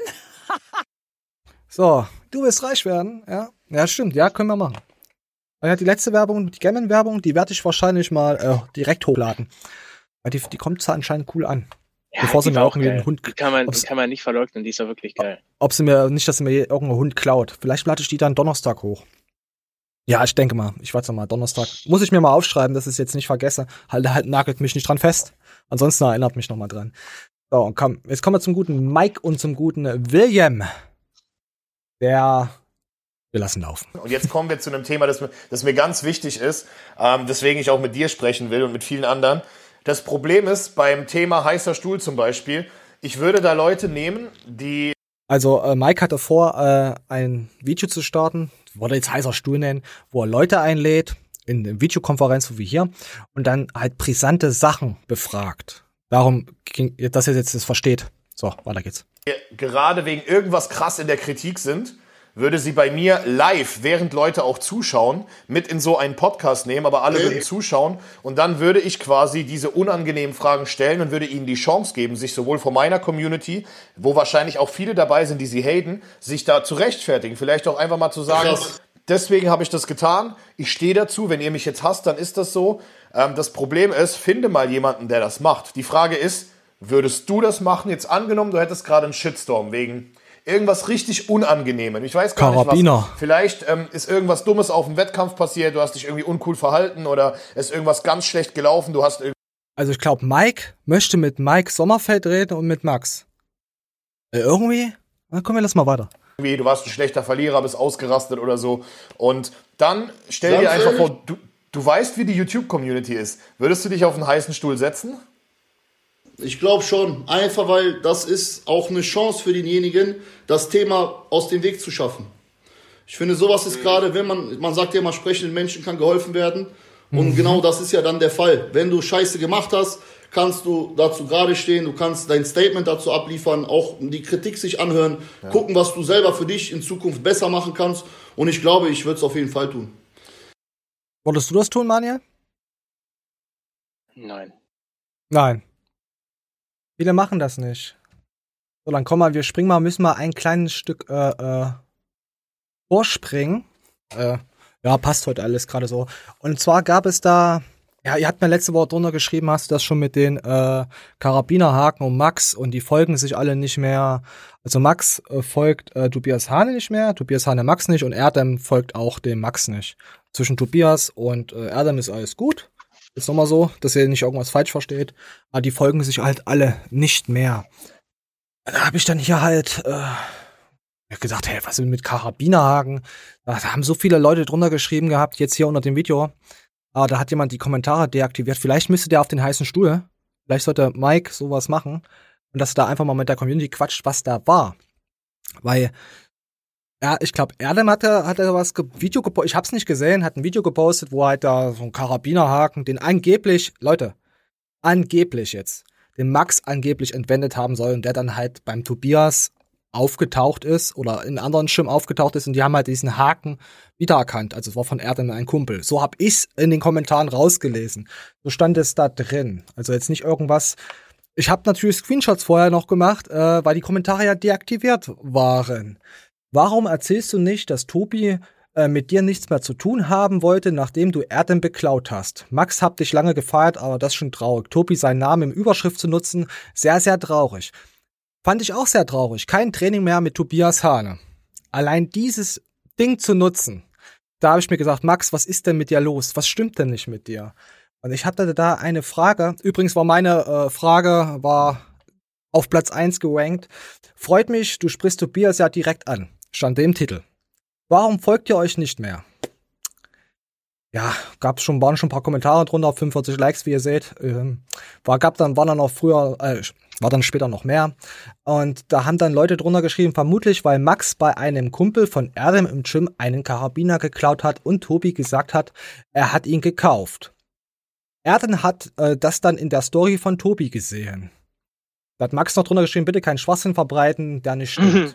So, du willst reich werden, ja? Ja, stimmt, ja, können wir machen. Ja, die letzte Werbung, die Gammon-Werbung, die werde ich wahrscheinlich mal direkt hochladen. Weil die kommt zwar anscheinend cool an. Ja, bevor sie mir auch einen Hund... Die kann man nicht verleugnen, die ist ja wirklich geil. Dass sie mir irgendein Hund klaut. Vielleicht lade ich die dann Donnerstag hoch. Ja, ich denke mal. Ich warte mal, Donnerstag. Muss ich mir mal aufschreiben, dass ich es jetzt nicht vergesse. Halt nagelt mich nicht dran fest. Ansonsten erinnert mich noch mal dran. So, und komm, jetzt kommen wir zum guten Mike und zum guten William. Wir lassen laufen. Und jetzt kommen wir zu einem Thema, das mir ganz wichtig ist, deswegen ich auch mit dir sprechen will und mit vielen anderen. Das Problem ist, beim Thema heißer Stuhl zum Beispiel, ich würde da Leute nehmen, die... Also Mike hatte vor, ein Video zu starten, wollte jetzt heißer Stuhl nennen, wo er Leute einlädt, in eine Videokonferenz, so wie hier, und dann halt brisante Sachen befragt. Darum ging, dass ihr jetzt das versteht. So, weiter geht's. Gerade wegen irgendwas krass in der Kritik sind, würde sie bei mir live, während Leute auch zuschauen, mit in so einen Podcast nehmen, aber alle würden zuschauen und dann würde ich quasi diese unangenehmen Fragen stellen und würde ihnen die Chance geben, sich sowohl von meiner Community, wo wahrscheinlich auch viele dabei sind, die sie haten, sich da zu rechtfertigen. Vielleicht auch einfach mal zu sagen, deswegen habe ich das getan, ich stehe dazu, wenn ihr mich jetzt hasst, dann ist das so. Das Problem ist, finde mal jemanden, der das macht. Die Frage ist, würdest du das machen? Jetzt angenommen, du hättest gerade einen Shitstorm wegen irgendwas richtig Unangenehmes. Ich weiß gar nicht was. Vielleicht ist irgendwas Dummes auf dem Wettkampf passiert, du hast dich irgendwie uncool verhalten oder ist irgendwas ganz schlecht gelaufen, du hast Also ich glaube, Mike möchte mit Mike Sommerfeld reden und mit Max. Irgendwie? Na komm, wir lassen mal weiter. Du warst ein schlechter Verlierer, bist ausgerastet oder so. Und dann stell dir einfach vor, du weißt, wie die YouTube-Community ist. Würdest du dich auf einen heißen Stuhl setzen? Ich glaube schon. Einfach, weil das ist auch eine Chance für denjenigen, das Thema aus dem Weg zu schaffen. Ich finde, sowas ist gerade, wenn man sagt ja immer, sprechenden Menschen kann geholfen werden. Und genau das ist ja dann der Fall. Wenn du Scheiße gemacht hast, kannst du dazu gerade stehen, du kannst dein Statement dazu abliefern, auch die Kritik sich anhören, gucken, was du selber für dich in Zukunft besser machen kannst. Und ich glaube, ich würde es auf jeden Fall tun. Wolltest du das tun, Manuel? Nein. Nein. Viele machen das nicht. So, dann komm mal, müssen mal ein kleines Stück vorspringen. Ja, passt heute alles gerade so. Und zwar gab es da, ja, ihr habt mir letzte Woche drunter geschrieben, hast du das schon mit den Karabinerhaken und Max und die folgen sich alle nicht mehr. Also Max folgt Tobias Hane nicht mehr, Tobias Hane Max nicht und Erdem folgt auch dem Max nicht. Zwischen Tobias und Erdem ist alles gut. Ist nochmal so, dass ihr nicht irgendwas falsch versteht. Aber die folgen sich halt alle nicht mehr. Da habe ich dann hier halt gesagt, hey, was ist mit Karabinerhaken? Da haben so viele Leute drunter geschrieben gehabt, jetzt hier unter dem Video. Aber da hat jemand die Kommentare deaktiviert. Vielleicht müsste der auf den heißen Stuhl. Vielleicht sollte Mike sowas machen. Und dass da einfach mal mit der Community quatscht, was da war. Weil, ja, ich glaube, Erdem hat er was Video gepostet. Ich hab's nicht gesehen, hat ein Video gepostet, wo halt da so ein Karabinerhaken, den angeblich jetzt, den Max angeblich entwendet haben soll und der dann halt beim Tobias aufgetaucht ist oder in anderen Schirm aufgetaucht ist und die haben halt diesen Haken wiedererkannt. Also es war von Erdem ein Kumpel. So hab ich's in den Kommentaren rausgelesen. So stand es da drin. Also jetzt nicht irgendwas. Ich habe natürlich Screenshots vorher noch gemacht, weil die Kommentare ja deaktiviert waren. Warum erzählst du nicht, dass Tobi mit dir nichts mehr zu tun haben wollte, nachdem du Erdem beklaut hast? Max hab dich lange gefeiert, aber das ist schon traurig. Tobi seinen Namen im Überschrift zu nutzen, sehr, sehr traurig. Fand ich auch sehr traurig. Kein Training mehr mit Tobias Hane. Allein dieses Ding zu nutzen, da habe ich mir gesagt, Max, was ist denn mit dir los? Was stimmt denn nicht mit dir? Und ich hatte da eine Frage. Übrigens war meine Frage auf Platz 1 gerankt. Freut mich, du sprichst Tobias ja direkt an. Stand im Titel. Warum folgt ihr euch nicht mehr? Ja, waren schon ein paar Kommentare drunter, 45 Likes, wie ihr seht. War dann später noch mehr. Und da haben dann Leute drunter geschrieben, vermutlich, weil Max bei einem Kumpel von Erdem im Gym einen Karabiner geklaut hat und Tobi gesagt hat, er hat ihn gekauft. Erdem hat das dann in der Story von Tobi gesehen. Da hat Max noch drunter geschrieben, bitte keinen Schwachsinn verbreiten, der nicht stimmt.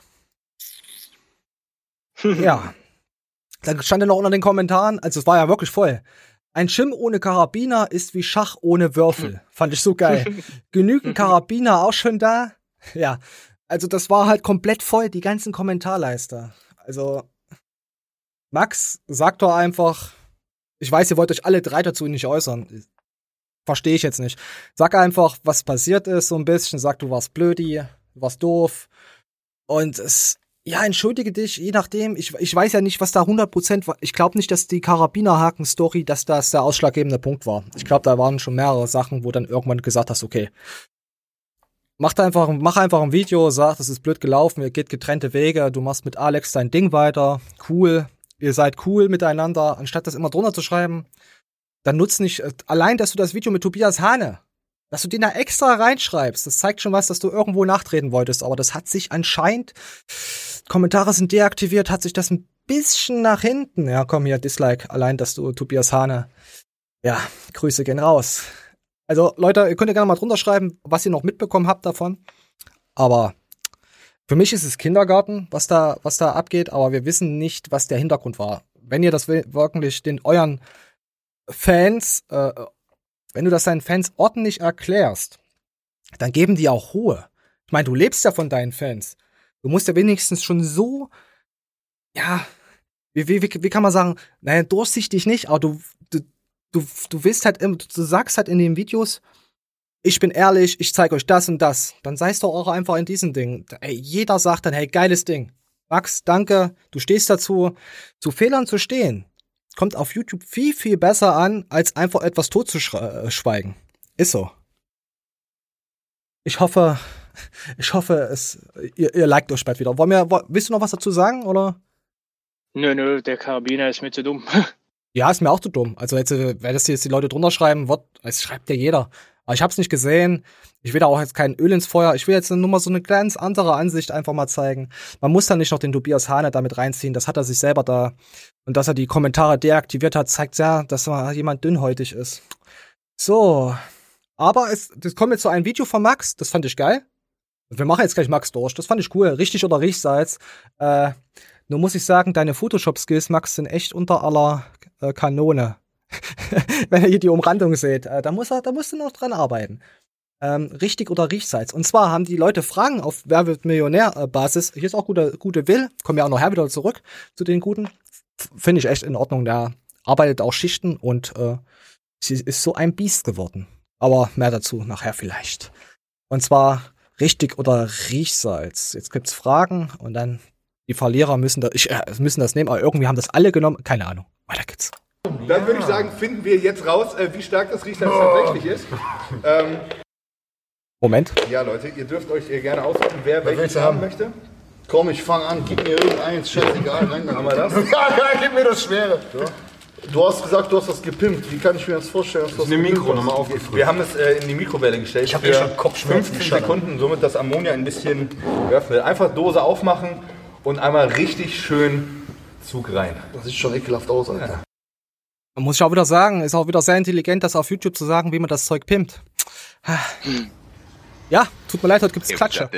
Ja. Dann stand er noch unter den Kommentaren, also es war ja wirklich voll. Ein Gym ohne Karabiner ist wie Schach ohne Würfel. Fand ich so geil. Genügend Karabiner auch schon da. Ja, also das war halt komplett voll, die ganzen Kommentarleiste. Also, Max, sagt doch einfach, ich weiß, ihr wollt euch alle drei dazu nicht äußern. Verstehe ich jetzt nicht. Sag einfach, was passiert ist, so ein bisschen. Sag, du warst blödi, du warst doof. Und ja, entschuldige dich, je nachdem. Ich weiß ja nicht, was da 100% war. Ich glaube nicht, dass die Karabinerhaken-Story, dass das der ausschlaggebende Punkt war. Ich glaube, da waren schon mehrere Sachen, wo dann irgendwann gesagt hast, okay, mach einfach ein Video, sag, das ist blöd gelaufen, ihr geht getrennte Wege, du machst mit Alex dein Ding weiter, cool, ihr seid cool miteinander, anstatt das immer drunter zu schreiben, dann nutzt nicht, allein, dass du das Video mit Tobias Hane, dass du den da extra reinschreibst, das zeigt schon was, dass du irgendwo nachtreten wolltest, aber das hat sich anscheinend, Kommentare sind deaktiviert, hat sich das ein bisschen nach hinten, ja komm hier, Dislike, allein, dass du Tobias Hane, ja, Grüße gehen raus. Also Leute, ihr könnt ja gerne mal drunter schreiben, was ihr noch mitbekommen habt davon, aber für mich ist es Kindergarten, was da abgeht, aber wir wissen nicht, was der Hintergrund war. Wenn ihr das wirklich euren Fans, wenn du das deinen Fans ordentlich erklärst, dann geben die auch Ruhe. Ich meine, du lebst ja von deinen Fans. Du musst ja wenigstens schon so, ja, wie kann man sagen, naja, durchsichtig nicht, aber du willst halt, du sagst halt in den Videos, ich bin ehrlich, ich zeige euch das und das. Dann sei es doch auch einfach in diesem Ding. Ey, jeder sagt dann, hey, geiles Ding. Max, danke, du stehst dazu. Zu Fehlern zu stehen, kommt auf YouTube viel, viel besser an, als einfach etwas totzuschweigen. Ist so. Ich hoffe, ihr liked euch bald wieder. Willst du noch was dazu sagen, oder? Nö, der Karabiner ist mir zu dumm. Ja, ist mir auch zu dumm. Also jetzt, wenn das jetzt die Leute drunter schreiben, es schreibt ja jeder. Aber ich hab's nicht gesehen. Ich will da auch jetzt kein Öl ins Feuer. Ich will jetzt nur mal so eine ganz andere Ansicht einfach mal zeigen. Man muss da nicht noch den Tobias Hane damit reinziehen. Das hat er sich selber da. Und dass er die Kommentare deaktiviert hat, zeigt ja, dass jemand dünnhäutig ist. So. Aber das kommt jetzt so ein Video von Max. Das fand ich geil. Und wir machen jetzt gleich Max durch. Das fand ich cool. Richtig oder Riechsalz. Nur muss ich sagen, deine Photoshop-Skills, Max, sind echt unter aller Kanone. Wenn ihr hier die Umrandung seht, da musst du noch dran arbeiten. richtig oder Riechsalz. Und zwar haben die Leute Fragen auf Wer wird Millionär-Basis. Hier ist auch gute Will. Kommen ja auch nachher wieder zurück zu den Guten. Finde ich echt in Ordnung. Der arbeitet auch Schichten und sie ist so ein Biest geworden. Aber mehr dazu nachher vielleicht. Und zwar richtig oder Riechsalz. Jetzt gibt's Fragen und dann die Verlierer müssen das nehmen, aber irgendwie haben das alle genommen. Keine Ahnung. Weiter geht's. Dann würde ich sagen, finden wir jetzt raus, wie stark das Riechsalz tatsächlich ist. Moment. Ja, Leute, ihr dürft euch gerne aussuchen, wer welches haben möchte. Komm, ich fange an, gib mir irgendeins, scheißegal, rein. Haben wir das? Ja, gib mir das Schwere. Ja. Du hast gesagt, du hast das gepimpt. Wie kann ich mir das vorstellen? Das ist eine Mikro nochmal aufgefrischt. Wir haben es in die Mikrowelle gestellt. Ich habe schon Kopfschmerzen. 15 Sekunden, somit das Ammonia ein bisschen geöffnet. Einfach Dose aufmachen und einmal richtig schön Zug rein. Das sieht schon ekelhaft aus, Alter. Ja. Muss ich auch wieder sagen, ist auch wieder sehr intelligent, das auf YouTube zu sagen, wie man das Zeug pimpt. Ja, tut mir leid, heute gibt's Klatsche.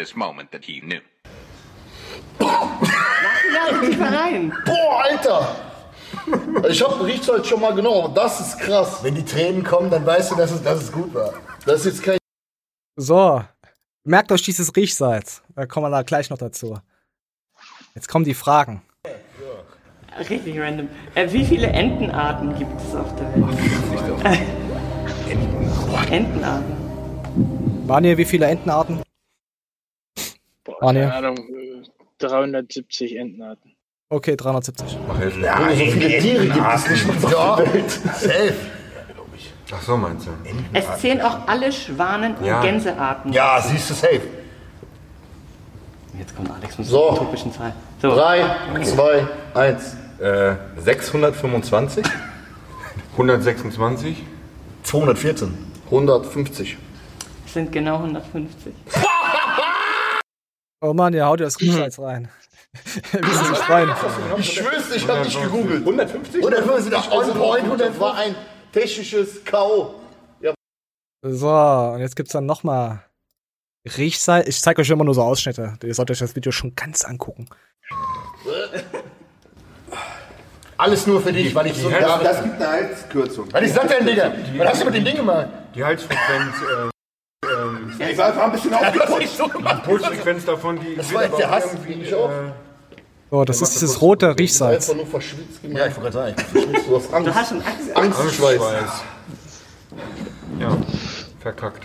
Boah, Alter! Ich hab Riechsalz schon mal genommen, aber das ist krass. Wenn die Tränen kommen, dann weißt du, dass es gut war. Das ist jetzt kein... So, merkt euch dieses Riechsalz. Da kommen wir da gleich noch dazu. Jetzt kommen die Fragen. Richtig random. Wie viele Entenarten gibt es auf der Welt? Entenarten. Manuel, wie viele Entenarten? Boah, keine Ahnung, 370 Entenarten. Okay, 370. Nein, so viele Tiere gibt es nicht auf der Welt. Safe. Ach so, meinst du? Es zählen auch alle Schwanen- und Gänsearten. Ja, siehst du, safe. Jetzt kommt Alex mit so. utopischen Zahlen. So. 3, 2, 1. 625. 126. 214. 150. Es sind genau 150. Oh Mann, ihr haut ja das Riechsalz rein. Wie ist das rein? Ich schwör's, ich hab dich gegoogelt. 150? 150 on point. Das war ein technisches K.O. Ja. So, und jetzt gibt's dann nochmal Riechsalz. Ich zeige euch immer nur so Ausschnitte. Ihr solltet euch das Video schon ganz angucken. Alles nur für dich, weil ich so... Ja, das gibt eine Halskürzung. Was ist das denn, Digga? Was hast du mit dem Ding gemacht? Die Halsfrequenz... ich war ein bisschen aufgeputscht. Die Pulsfrequenz davon, die... Das war jetzt der Hass. So, das ist dieses rote Riechsalz. Einfach nur verschwitzt gemacht. Ja, ich wollte gerade sagen. Du hast Angst. Du hast schon Angst. Angstschweiß. Ja, verkackt.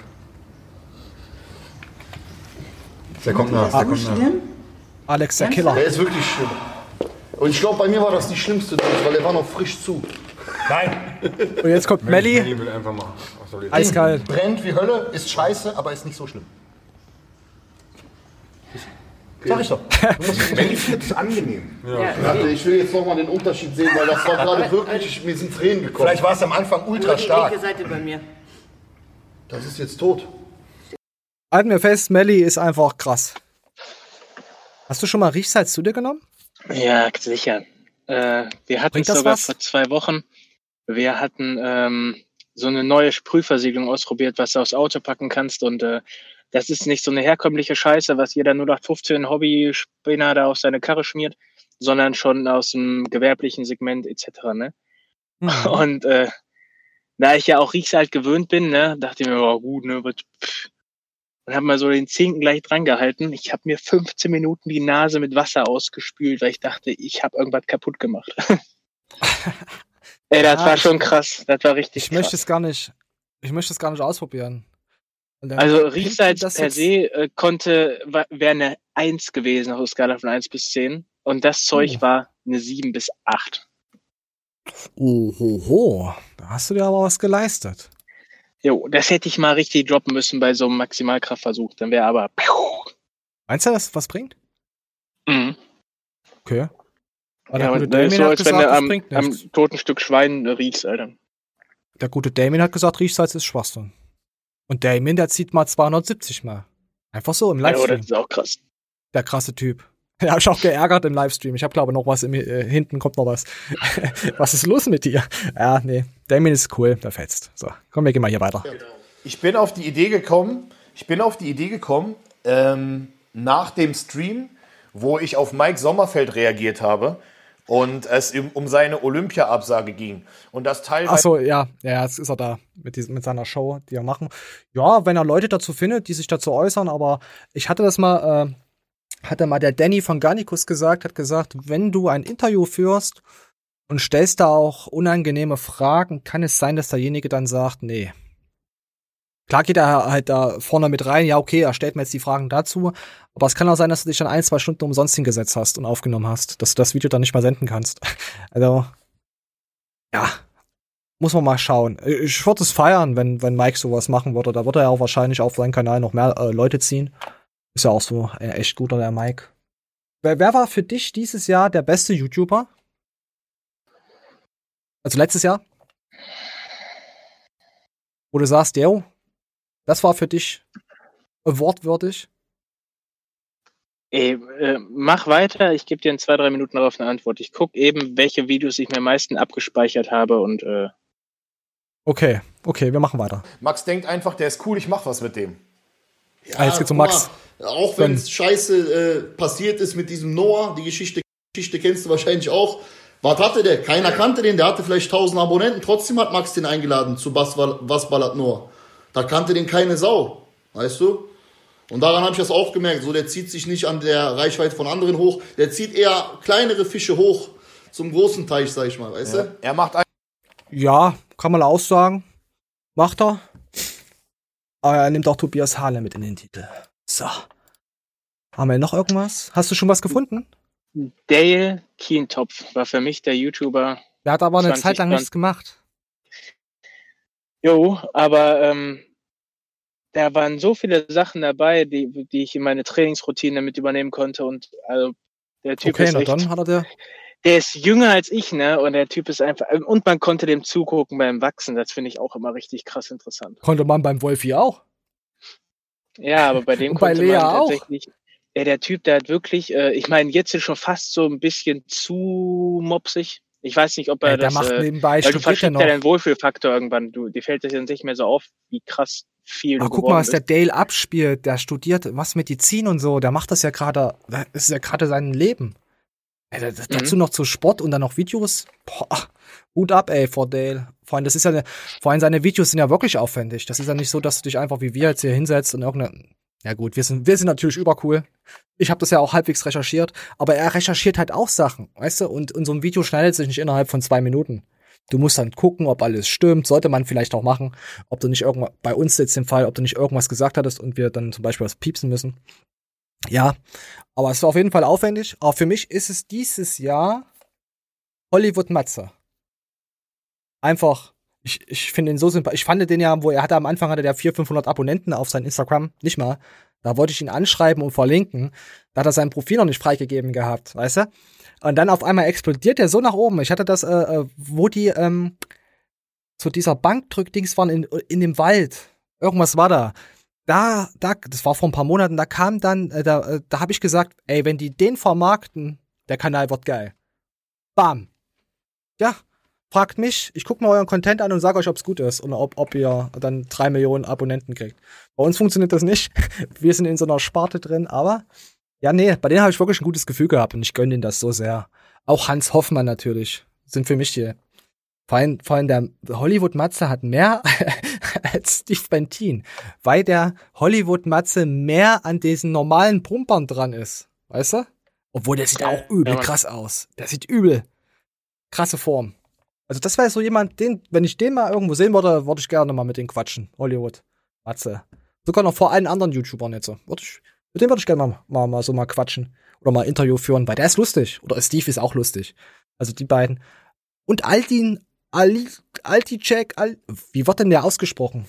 Der kommt nach. Der kommt nach. Alex, der Killer. Der ist wirklich schlimm. Und ich glaube, bei mir war das die schlimmste Dose, weil der war noch frisch zu. Nein. Und jetzt kommt Melli. Melli will einfach mal. Eiskalt. Brennt wie Hölle, ist scheiße, aber ist nicht so schlimm. Sag ich doch. Melli findet es angenehm. Ja. Ich will jetzt nochmal den Unterschied sehen, weil das war gerade wirklich, mir sind Tränen gekommen. Vielleicht war es am Anfang ultra stark. Die linke Seite bei mir. Das ist jetzt tot. Halten wir fest, Melli ist einfach krass. Hast du schon mal Riechsalz zu dir genommen? Ja, sicher. Wir hatten es sogar vor 2 Wochen. Wir hatten so eine neue Sprühversiegelung ausprobiert, was du aufs Auto packen kannst. Und das ist nicht so eine herkömmliche Scheiße, was jeder 0815 Hobby-Spinner da auf seine Karre schmiert, sondern schon aus dem gewerblichen Segment etc. Ne? Mhm. Und da ich ja auch Riechsalz gewöhnt bin, ne, dachte ich mir, oh gut, ne, und habe mal so den Zinken gleich dran gehalten. Ich habe mir 15 Minuten die Nase mit Wasser ausgespült, weil ich dachte, ich habe irgendwas kaputt gemacht. Ey, das war schon krass. Das war richtig krass. Ich möchte es gar nicht ausprobieren. Also Riechsalz per se wäre eine 1 gewesen auf der Skala von 1 bis 10. Und das Zeug war eine 7 bis 8. Ohoho, da hast du dir aber was geleistet. Jo, das hätte ich mal richtig droppen müssen bei so einem Maximalkraftversuch. Dann wäre aber... Meinst du, dass das was bringt? Mhm. Okay. Aber der gute Damien so, hat gesagt, das bringt nichts. Am toten Stück Schwein riechst, Alter. Der gute Damien hat gesagt, Riechsalz ist Schwachsinn. Und Damien, der zieht mal 270 mal. Einfach so im Livestream. Ja, das ist auch krass. Der krasse Typ. Ja, hab ich auch geärgert im Livestream. Ich habe, glaube ich, noch was hinten kommt noch was. Was ist los mit dir? Ja, nee. Damien ist cool, der fetzt. So, komm, wir gehen mal hier weiter. Ich bin auf die Idee gekommen, nach dem Stream, wo ich auf Mike Sommerfeld reagiert habe und es um seine Olympia-Absage ging. Und das teilweise. Achso, ja, jetzt ist er da mit seiner Show, die er machen. Ja, wenn er Leute dazu findet, die sich dazu äußern, aber ich hatte das mal, hatte mal der Danny von Garnicus gesagt, hat gesagt, wenn du ein Interview führst und stellst da auch unangenehme Fragen, kann es sein, dass derjenige dann sagt, nee. Klar geht er halt da vorne mit rein, ja okay, er stellt mir jetzt die Fragen dazu, aber es kann auch sein, dass du dich dann 1-2 Stunden umsonst hingesetzt hast und aufgenommen hast, dass du das Video dann nicht mehr senden kannst. Also, ja, muss man mal schauen. Ich würde es feiern, wenn Mike sowas machen würde. Da würde er auch wahrscheinlich auf seinen Kanal noch mehr Leute ziehen. Ist ja auch so ein echt guter, der Mike. Wer war für dich dieses Jahr der beste YouTuber? Also letztes Jahr? Wo du sagst, yo, das war für dich wortwürdig? Mach weiter, ich gebe dir in 2-3 Minuten darauf eine Antwort. Ich gucke eben, welche Videos ich mir am meisten abgespeichert habe und Okay, wir machen weiter. Max denkt einfach, der ist cool, ich mach was mit dem. Ja, jetzt geht's um Max. Auch wenn es scheiße passiert ist mit diesem Noah, die Geschichte kennst du wahrscheinlich auch. Was hatte der? Keiner kannte den, der hatte vielleicht 1000 Abonnenten, trotzdem hat Max den eingeladen zu Was ballert Noah. Da kannte den keine Sau, weißt du? Und daran habe ich das auch gemerkt, so der zieht sich nicht an der Reichweite von anderen hoch, der zieht eher kleinere Fische hoch zum großen Teich, sag ich mal, weißt du? Er macht Ja, kann man auch sagen. Macht er. Aber er nimmt auch Tobias Hahle mit in den Titel. So. Haben wir noch irgendwas? Hast du schon was gefunden? Dale Kientopf war für mich der YouTuber. Der hat aber eine Zeit lang nichts gemacht. Jo, aber da waren so viele Sachen dabei, die ich in meine Trainingsroutine mit übernehmen konnte. Und also der Typ ist echt, dann hat er der ist jünger als ich, ne? Und der Typ ist einfach, und man konnte dem zugucken beim Wachsen. Das finde ich auch immer richtig krass interessant. Konnte man beim Wolfi auch. Ja, aber bei dem und bei konnte Lea man auch. tatsächlich. Ja, der Typ, der hat wirklich, ich meine, jetzt ist schon fast so ein bisschen zu mopsig. Ich weiß nicht, ob er der das, macht nebenbei, weil du studiert verschiebt ja deinen Wohlfühlfaktor irgendwann. Dir fällt das ja nicht mehr so auf, wie krass viel du guck mal, was der Dale abspielt. Der studiert was Medizin und so. Der macht das ja gerade, das ist ja gerade sein Leben. Dazu noch zu Sport und dann noch Videos. Boah, Hut ab, ey, vor Dale. Vor allem, seine Videos sind ja wirklich aufwendig. Das ist ja nicht so, dass du dich einfach wie wir jetzt hier hinsetzt und irgendeine. Ja gut, wir sind natürlich übercool. Ich habe das ja auch halbwegs recherchiert, aber er recherchiert halt auch Sachen, weißt du? Und so ein Video schneidet sich nicht innerhalb von 2 Minuten. Du musst dann gucken, ob alles stimmt. Sollte man vielleicht auch machen. Ob du nicht irgendwas, bei uns jetzt im Fall, ob du nicht irgendwas gesagt hattest und wir dann zum Beispiel was piepsen müssen. Ja, aber es war auf jeden Fall aufwendig. Aber für mich ist es dieses Jahr Hollywood Matze. Einfach. Ich finde ihn so sympathisch. Ich fand den ja, am Anfang hatte der 400-500 Abonnenten auf sein Instagram. Nicht mal. Da wollte ich ihn anschreiben und verlinken. Da hat er sein Profil noch nicht freigegeben gehabt, weißt du? Und dann auf einmal explodiert der so nach oben. Ich hatte das, wo die zu dieser Bankdrückdings waren in dem Wald. Irgendwas war da. Das war vor ein paar Monaten, da kam dann, da habe ich gesagt, ey, wenn die den vermarkten, der Kanal wird geil. Bam. Ja. Fragt mich, ich gucke mir euren Content an und sage euch, ob es gut ist und ob ihr dann 3 Millionen Abonnenten kriegt. Bei uns funktioniert das nicht. Wir sind in so einer Sparte drin, aber ja, nee, bei denen habe ich wirklich ein gutes Gefühl gehabt und ich gönne denen das so sehr. Auch Hans Hoffmann natürlich sind für mich hier. Vor allem der Hollywood-Matze hat mehr als Steve Bentin, weil der Hollywood-Matze mehr an diesen normalen Pumpern dran ist, weißt du? Obwohl der sieht auch übel krass aus. Der sieht übel krasse Form. Also das wäre so jemand, wenn ich den mal irgendwo sehen würde, würde ich gerne mal mit dem quatschen. Hollywood. Matze. Sogar noch vor allen anderen YouTubern jetzt. Mit dem würde ich gerne mal quatschen. Oder mal ein Interview führen, weil der ist lustig. Oder Steve ist auch lustig. Also die beiden. Und Alticek, wie wird denn der ausgesprochen?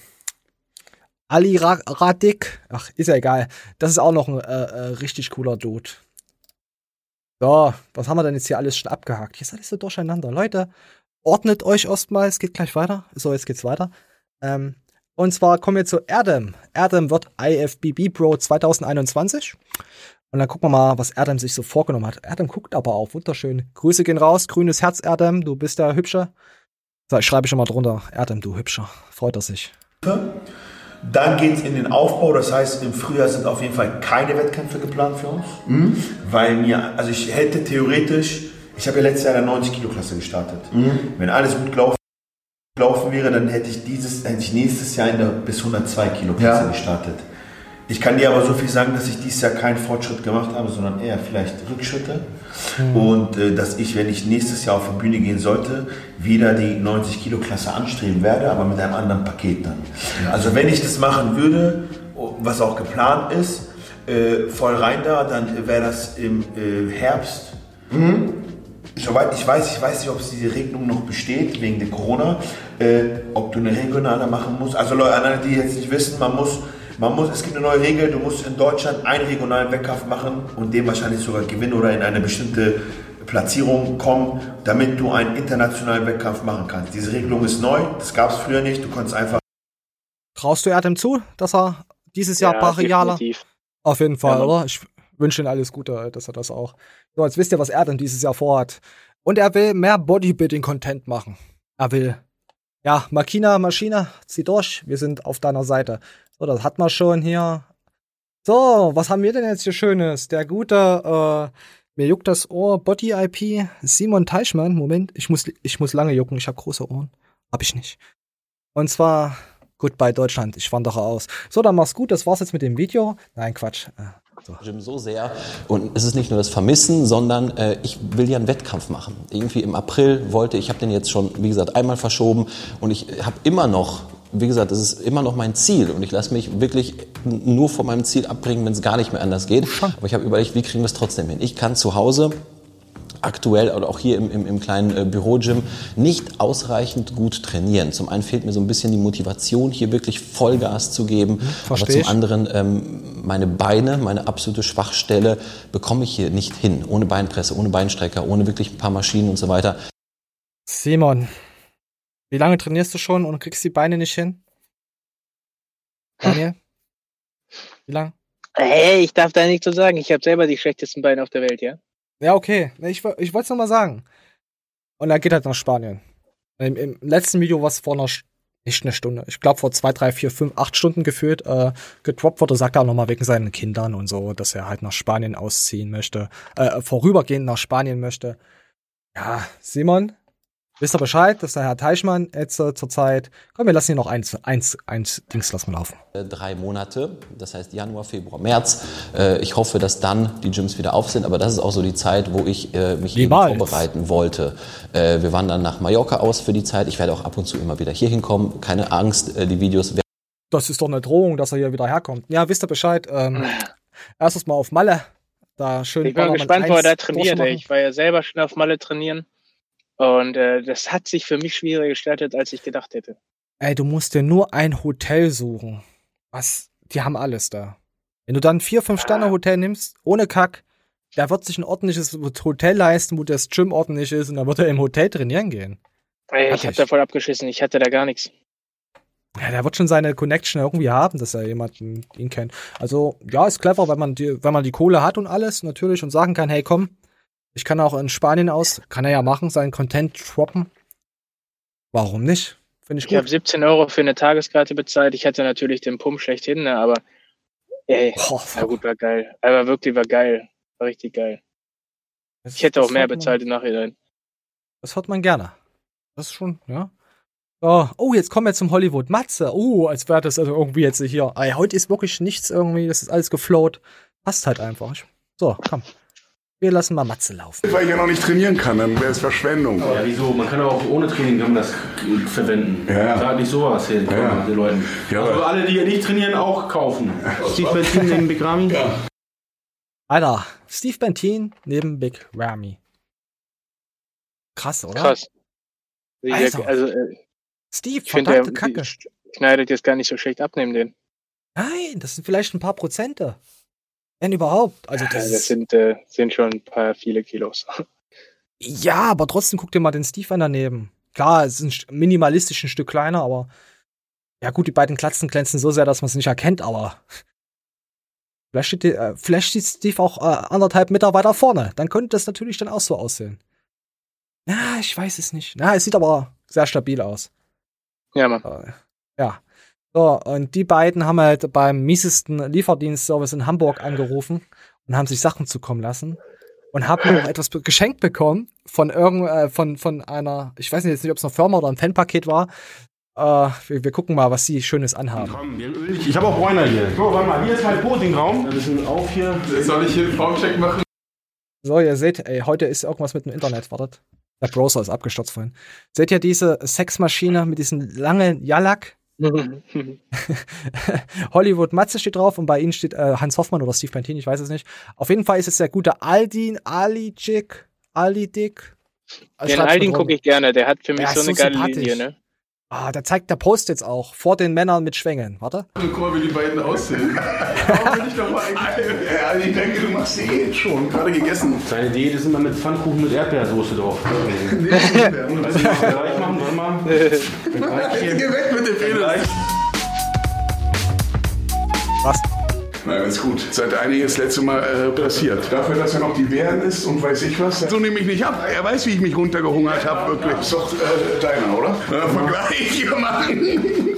Ali Radik. Ach, ist ja egal. Das ist auch noch ein richtig cooler Dude. So, was haben wir denn jetzt hier alles schon abgehakt? Hier ist alles so durcheinander. Leute, ordnet euch erstmal, es geht gleich weiter. So, jetzt geht's weiter. Und zwar kommen wir zu Erdem. Erdem wird IFBB Pro 2021. Und dann gucken wir mal, was Erdem sich so vorgenommen hat. Erdem guckt aber auch wunderschön. Grüße gehen raus, grünes Herz, Erdem, du bist der Hübsche. So, ich schreibe schon mal drunter. Erdem, du Hübscher. Freut er sich. Dann geht's in den Aufbau, das heißt, im Frühjahr sind auf jeden Fall keine Wettkämpfe geplant für uns. Weil ich hätte theoretisch Ich habe ja letztes Jahr in der 90-Kilo-Klasse gestartet. Wenn alles gut gelaufen wäre, dann hätte ich nächstes Jahr in der bis 102-Kilo-Klasse gestartet. Ich kann dir aber so viel sagen, dass ich dieses Jahr keinen Fortschritt gemacht habe, sondern eher vielleicht Rückschritte. Und dass ich, wenn ich nächstes Jahr auf die Bühne gehen sollte, wieder die 90-Kilo-Klasse anstreben werde, aber mit einem anderen Paket dann. Also wenn ich das machen würde, was auch geplant ist, voll rein da, dann wäre das im Herbst. Soweit ich weiß nicht, ob diese Regelung noch besteht, wegen der Corona, ob du eine regionale machen musst. Also Leute, alle, die jetzt nicht wissen, es gibt eine neue Regel, du musst in Deutschland einen regionalen Wettkampf machen und den wahrscheinlich sogar gewinnen oder in eine bestimmte Platzierung kommen, damit du einen internationalen Wettkampf machen kannst. Diese Regelung ist neu, das gab es früher nicht, du konntest einfach... Traust du Erdem zu, dass er dieses Jahr brachialer? Auf jeden Fall, oder? Ich wünsche ihm alles Gute, dass er das auch... So, jetzt wisst ihr, was Erdem dieses Jahr vorhat. Und er will mehr Bodybuilding-Content machen. Er will... Ja, Maschine, zieh durch, wir sind auf deiner Seite. So, das hat man schon hier. So, was haben wir denn jetzt hier Schönes? Der gute, mir juckt das Ohr, Body-IP, Simon Teichmann. Moment, ich muss lange jucken, ich habe große Ohren. Hab ich nicht. Und zwar, Goodbye Deutschland, ich wandere aus. So, dann mach's gut, das war's jetzt mit dem Video. Nein, Quatsch. So sehr. Und es ist nicht nur das Vermissen, sondern ich will ja einen Wettkampf machen. Irgendwie im April ich habe den jetzt schon, wie gesagt, einmal verschoben und ich habe immer noch, wie gesagt, das ist immer noch mein Ziel und ich lasse mich wirklich nur von meinem Ziel abbringen, wenn es gar nicht mehr anders geht. Aber ich habe überlegt, wie kriegen wir es trotzdem hin? Ich kann zu Hause aktuell oder auch hier im kleinen Bürogym nicht ausreichend gut trainieren. Zum einen fehlt mir so ein bisschen die Motivation, hier wirklich Vollgas zu geben. Aber zum anderen meine Beine, meine absolute Schwachstelle bekomme ich hier nicht hin. Ohne Beinpresse, ohne Beinstrecker, ohne wirklich ein paar Maschinen und so weiter. Simon, wie lange trainierst du schon und kriegst die Beine nicht hin? Daniel? Wie lange? Hey, ich darf da nichts zu sagen. Ich habe selber die schlechtesten Beine auf der Welt, ja? Ja, okay. Ich wollte es nochmal sagen. Und er geht halt nach Spanien. Im letzten Video, was vor nicht eine Stunde, ich glaube vor 2, 3, 4, 5, 8 Stunden gefühlt, gedroppt wurde, sagt er auch nochmal wegen seinen Kindern und so, dass er halt nach Spanien ausziehen möchte, vorübergehend nach Spanien möchte. Ja, Simon, wisst ihr Bescheid, dass der Herr Teichmann jetzt zur Zeit, komm, wir lassen hier noch eins Dings lassen wir laufen. 3 Monate, das heißt Januar, Februar, März. Ich hoffe, dass dann die Gyms wieder auf sind, aber das ist auch so die Zeit, wo ich mich eben vorbereiten wollte. Wir wandern nach Mallorca aus für die Zeit. Ich werde auch ab und zu immer wieder hier hinkommen. Keine Angst, die Videos werden... Das ist doch eine Drohung, dass er hier wieder herkommt. Ja, wisst ihr Bescheid. Erstes Mal auf Malle. Da schön. Ich bin gespannt, wo er da trainiert. Ich war ja selber schon auf Malle trainieren. Und das hat sich für mich schwieriger gestaltet, als ich gedacht hätte. Ey, du musst dir nur ein Hotel suchen. Die haben alles da. Wenn du dann 4-5-Sterne-Hotel nimmst, ohne Kack, der wird sich ein ordentliches Hotel leisten, wo das Gym ordentlich ist und dann wird er im Hotel trainieren gehen. Ey, ich hab da voll abgeschissen, ich hatte da gar nichts. Ja, der wird schon seine Connection irgendwie haben, dass er jemanden ihn kennt. Also, ja, ist clever, wenn man die Kohle hat und alles, natürlich, und sagen kann, hey, komm, ich kann auch in Spanien kann er ja machen, seinen Content droppen. Warum nicht? Finde ich gut. Ich habe 17 € für eine Tageskarte bezahlt. Ich hatte natürlich den Pump schlechthin, ne, aber ey, na gut, war geil. Aber wirklich war geil. War richtig geil. Ich hätte auch mehr bezahlt im Nachhinein. Das hört man gerne. Das ist schon, ja. Oh, jetzt kommen wir zum Hollywood. Matze. Oh, als wäre das also irgendwie jetzt hier. Ey, heute ist wirklich nichts irgendwie, das ist alles geflowt. Passt halt einfach. So, komm. Wir lassen mal Matze laufen. Weil ich ja noch nicht trainieren kann, dann wäre es Verschwendung. Ja, wieso? Man kann auch ohne Training kann man das verwenden. Ja. Sag nicht sowas hier, den Leuten. Ja. Also alle, die nicht trainieren, auch kaufen. Steve Bentin neben Big Ramy. Ja. Alter, Steve Bentin neben Big Ramy. Krass, oder? Krass. Also, Steve, verdammte Kacke. Schneidet jetzt gar nicht so schlecht abnehmen, den. Nein, das sind vielleicht ein paar Prozente. Wenn überhaupt. Also das sind schon ein paar viele Kilos. Ja, aber trotzdem guck dir mal den Steve an daneben. Klar, es ist minimalistisch ein Stück kleiner, aber ja gut, die beiden Klatzen glänzen so sehr, dass man es nicht erkennt, aber vielleicht steht Steve auch 1,5 Meter weiter vorne. Dann könnte das natürlich dann auch so aussehen. Na, ich weiß es nicht. Na, es sieht aber sehr stabil aus. Ja, Mann. Ja. So, und die beiden haben halt beim miesesten Lieferdienstservice in Hamburg angerufen und haben sich Sachen zukommen lassen. und habe noch etwas geschenkt bekommen von von einer, ich weiß nicht ob es eine Firma oder ein Fanpaket war. Wir gucken mal, was sie Schönes anhaben. Komm, ich habe auch Bräuner hier. So, warte mal, hier ist mein Postingraum. Wir sind auf hier. Soll ich hier einen Formcheck machen? So, ihr seht, heute ist irgendwas mit dem Internet, wartet. Der Browser ist abgestürzt vorhin. Seht ihr diese Sexmaschine mit diesem langen Jallak? Hollywood Matze steht drauf und bei ihnen steht Hans Hoffmann oder Steve Pantini, ich weiß es nicht. Auf jeden Fall ist es der gute Aldin, Ali Dick. Den Aldin gucke ich gerne, der hat für mich so eine geile Linie, ne? Der postet jetzt auch vor den Männern mit Schwängeln. Warte. Guck mal, wie die beiden aussehen. Warum bin ich doch mal eigentlich? Ich denke, du machst Diät schon, gerade gegessen. Seine Diät ist immer mit Pfannkuchen mit Erdbeersoße drauf. Nee, gleich machen, warte mal. Geh weg mit dem Penis. Was? Nein, ist gut. Seit einiges letzte Mal passiert. Dafür, dass er noch die Bären ist und weiß ich was. So nehme ich nicht ab. Er weiß, wie ich mich runtergehungert habe, wirklich. Ist doch deiner, oder? Vergleich machen.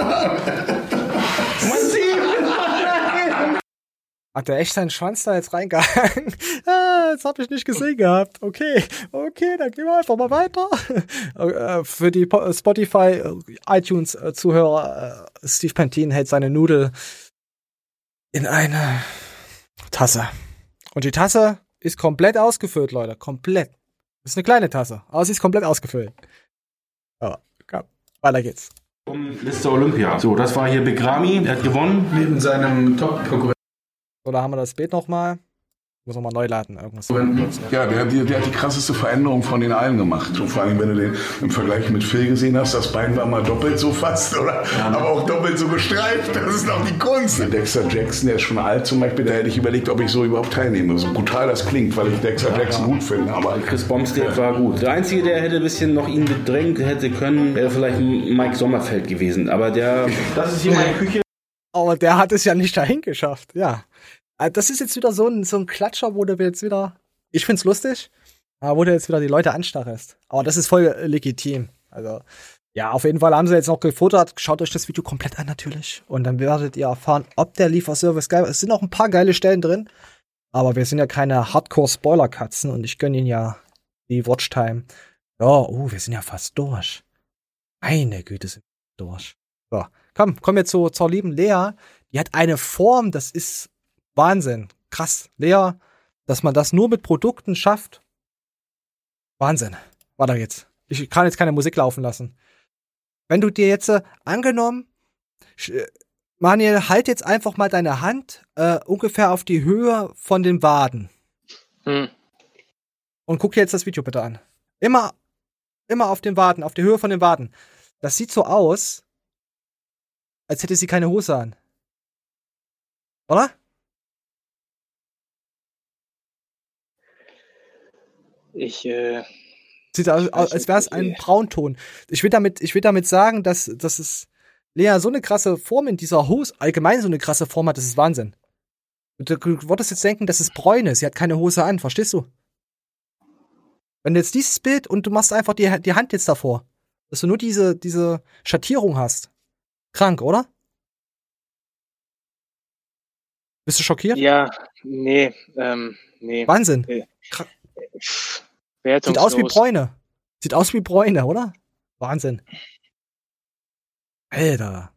Hat der echt seinen Schwanz da jetzt reingehangen? Das habe ich nicht gesehen gehabt. Okay, dann gehen wir einfach mal weiter. Für die Spotify, iTunes-Zuhörer, Steve Pantini hält seine Nudel in eine Tasse. Und die Tasse ist komplett ausgefüllt, Leute. Komplett. Das ist eine kleine Tasse, aber sie ist komplett ausgefüllt. Ja, komm, weiter geht's. Mr. Olympia. So, das war hier Begrami. Er hat gewonnen. Neben seinem Top-Konkurrenten. Oder haben wir das Bild nochmal? Muss nochmal neu laden. Irgendwas. Ja, der hat die krasseste Veränderung von den allen gemacht. Und vor allem, wenn du den im Vergleich mit Phil gesehen hast, das Bein war mal doppelt so fast, oder? Ja, aber auch doppelt so gestreift. Das ist auch die Kunst. Dexter Jackson, der ist schon alt zum Beispiel, da hätte ich überlegt, ob ich so überhaupt teilnehme. So brutal das klingt, weil ich Dexter Jackson gut finde. Aber Chris Bumstead war gut. Der Einzige, der hätte ein bisschen noch ihn bedrängt hätte können, wäre vielleicht Mike Sommerfeld gewesen. Aber das ist hier meine Küche. Aber der hat es ja nicht dahin geschafft, ja. Das ist jetzt wieder so ein Klatscher, wo du jetzt wieder, ich find's lustig, wo du jetzt wieder die Leute anstachelst. Aber das ist voll legitim. Also, ja, auf jeden Fall haben sie jetzt noch gefuttert. Schaut euch das Video komplett an natürlich. Und dann werdet ihr erfahren, ob der Lieferservice geil ist. Es sind auch ein paar geile Stellen drin. Aber wir sind ja keine Hardcore-Spoiler-Katzen und ich gönne ihnen ja die Watchtime. Ja, wir sind ja fast durch. Meine Güte, sind wir durch. So, kommen wir zur lieben Lea. Die hat eine Form, das ist Wahnsinn. Krass. Lea, dass man das nur mit Produkten schafft. Wahnsinn. Weiter geht's. Ich kann jetzt keine Musik laufen lassen. Wenn du dir jetzt angenommen, Manuel, halt jetzt einfach mal deine Hand ungefähr auf die Höhe von den Waden. Und guck dir jetzt das Video bitte an. Immer auf den Waden, auf die Höhe von den Waden. Das sieht so aus, als hätte sie keine Hose an. Oder? Sieht aus, als wäre es ein Braunton. Ich will damit sagen, dass es Lea so eine krasse Form in dieser Hose, allgemein so eine krasse Form hat, das ist Wahnsinn. Du würdest jetzt denken, das ist Bräune, sie hat keine Hose an, verstehst du? Wenn du jetzt dieses Bild und du machst einfach die Hand jetzt davor, dass du nur diese Schattierung hast. Krank, oder? Bist du schockiert? Ja, nee. Wahnsinn. Nee. Sieht aus wie Bräune. Sieht aus wie Bräune, oder? Wahnsinn. Alter.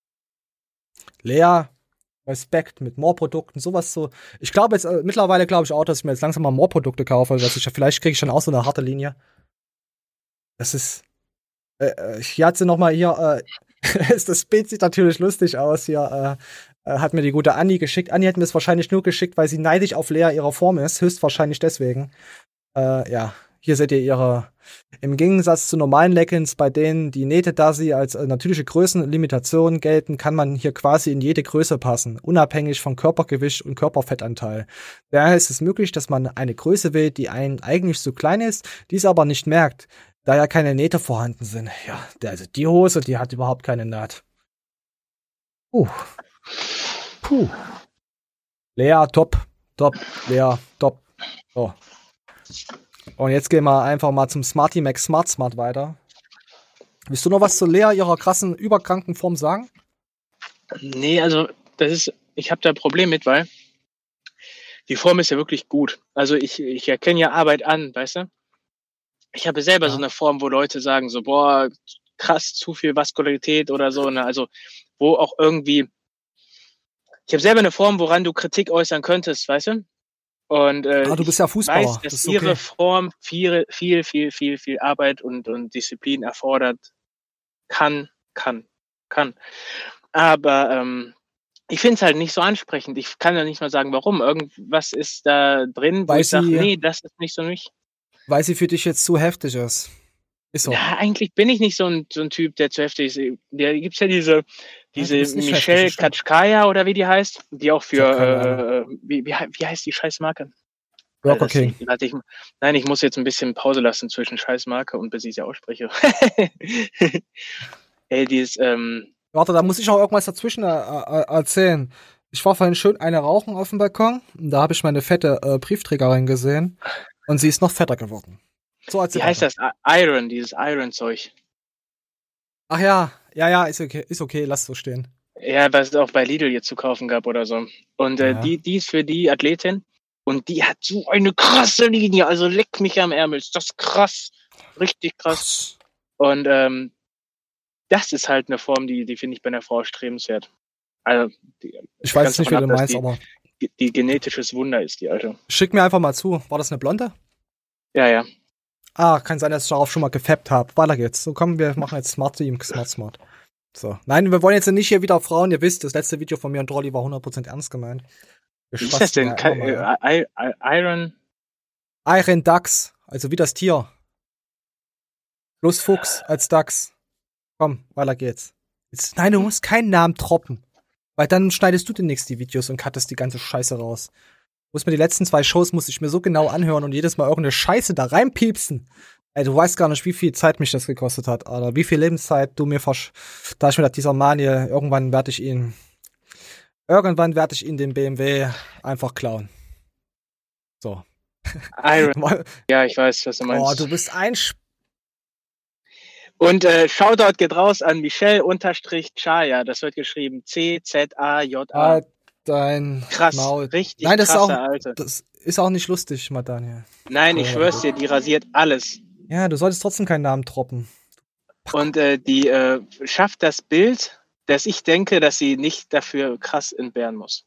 Lea, Respekt mit More-Produkten, sowas so. Ich glaube jetzt, mittlerweile glaube ich auch, dass ich mir jetzt langsam mal More-Produkte kaufe. Vielleicht kriege ich dann auch so eine harte Linie. Das ist. Hier hat sie nochmal hier. Das Bild sieht natürlich lustig aus. Hier hat mir die gute Anni geschickt. Anni hat mir es wahrscheinlich nur geschickt, weil sie neidisch auf Lea ihrer Form ist. Höchstwahrscheinlich deswegen. Ja, hier seht ihr ihre, im Gegensatz zu normalen Leggings, bei denen die Nähte, da sie als natürliche Größenlimitation gelten, kann man hier quasi in jede Größe passen, unabhängig von Körpergewicht und Körperfettanteil. Daher ist es möglich, dass man eine Größe wählt, die einem eigentlich zu klein ist, dies aber nicht merkt, da ja keine Nähte vorhanden sind. Ja, also die Hose, die hat überhaupt keine Naht. Puh. Lea, top. Lea, top. So. Und jetzt gehen wir einfach mal zum Smarty Mac Smart weiter. Willst du noch was zu Lea, ihrer krassen, überkranken Form sagen? Nee, also ich habe da ein Problem mit, weil die Form ist ja wirklich gut. Also ich erkenne ja Arbeit an, weißt du? Ich habe selber so eine Form, wo Leute sagen so, boah, krass, zu viel Vaskularität oder so, ne? Also wo auch irgendwie, ich habe selber eine Form, woran du Kritik äußern könntest, weißt du? Und du bist ja Fußballer. Ich weiß, dass ihre Form viel Arbeit und Disziplin erfordert. Kann. Aber ich finde es halt nicht so ansprechend. Ich kann ja nicht mal sagen, warum. Irgendwas ist da drin, wo ich sage, nee, das ist nicht so mich. Weil sie für dich jetzt zu heftig ist. Ist so. Ja, eigentlich bin ich nicht so ein Typ, der zu heftig ist. Da gibt's ja diese Michelle Katschkaya oder wie die heißt, die auch für, wie heißt die Scheißmarke? Rocker King. Ich muss jetzt ein bisschen Pause lassen zwischen Scheißmarke und bis ich sie ausspreche. Ey, die ist, Warte, da muss ich auch irgendwas dazwischen erzählen. Ich war vorhin schön eine rauchen auf dem Balkon und da habe ich meine fette Briefträgerin gesehen und sie ist noch fetter geworden. So wie heißt das? Iron, dieses Iron-Zeug. Ach ja, ist okay, lass so stehen. Ja, was es auch bei Lidl jetzt zu kaufen gab oder so. Und die ist für die Athletin und die hat so eine krasse Linie, also leck mich am Ärmel, ist das krass, richtig krass. Und das ist halt eine Form, die finde ich bei einer Frau strebenswert. Also, ich weiß nicht, wie du meinst, aber die genetisches Wunder ist die Alte. Schick mir einfach mal zu. War das eine Blonde? Ja. Kann sein, dass ich darauf schon mal gefappt habe. Weiter geht's. So, komm, wir machen jetzt Smart. So. Nein, wir wollen jetzt nicht hier wieder Frauen. Ihr wisst, das letzte Video von mir und Rolli war 100% ernst gemeint. Wie ist das denn? Iron Dachs, also wie das Tier. Plus Fuchs als Dachs. Komm, weiter geht's. Nein, du musst keinen Namen droppen. Weil dann schneidest du demnächst die Videos und cuttest die ganze Scheiße raus. Muss mir die letzten 2 Shows muss ich mir so genau anhören und jedes Mal irgendeine Scheiße da reinpiepsen. Ey, du weißt gar nicht, wie viel Zeit mich das gekostet hat, Alter. Wie viel Lebenszeit du mir da ich mir gedacht, dieser Mann hier, irgendwann werde ich ihn den BMW einfach klauen. So. Iron. Ja, ich weiß, was du meinst. Oh, du bist ein Und Shoutout geht raus an Michelle-Chaya. Das wird geschrieben C-Z-A-J-A. Dein krass, Maul. Richtig Nein, das krasse ist auch, Alte. Das ist auch nicht lustig, Daniel. Nein, ich schwör's dir, die rasiert alles. Ja, du solltest trotzdem keinen Namen droppen. Und die schafft das Bild, dass ich denke, dass sie nicht dafür krass entbehren muss.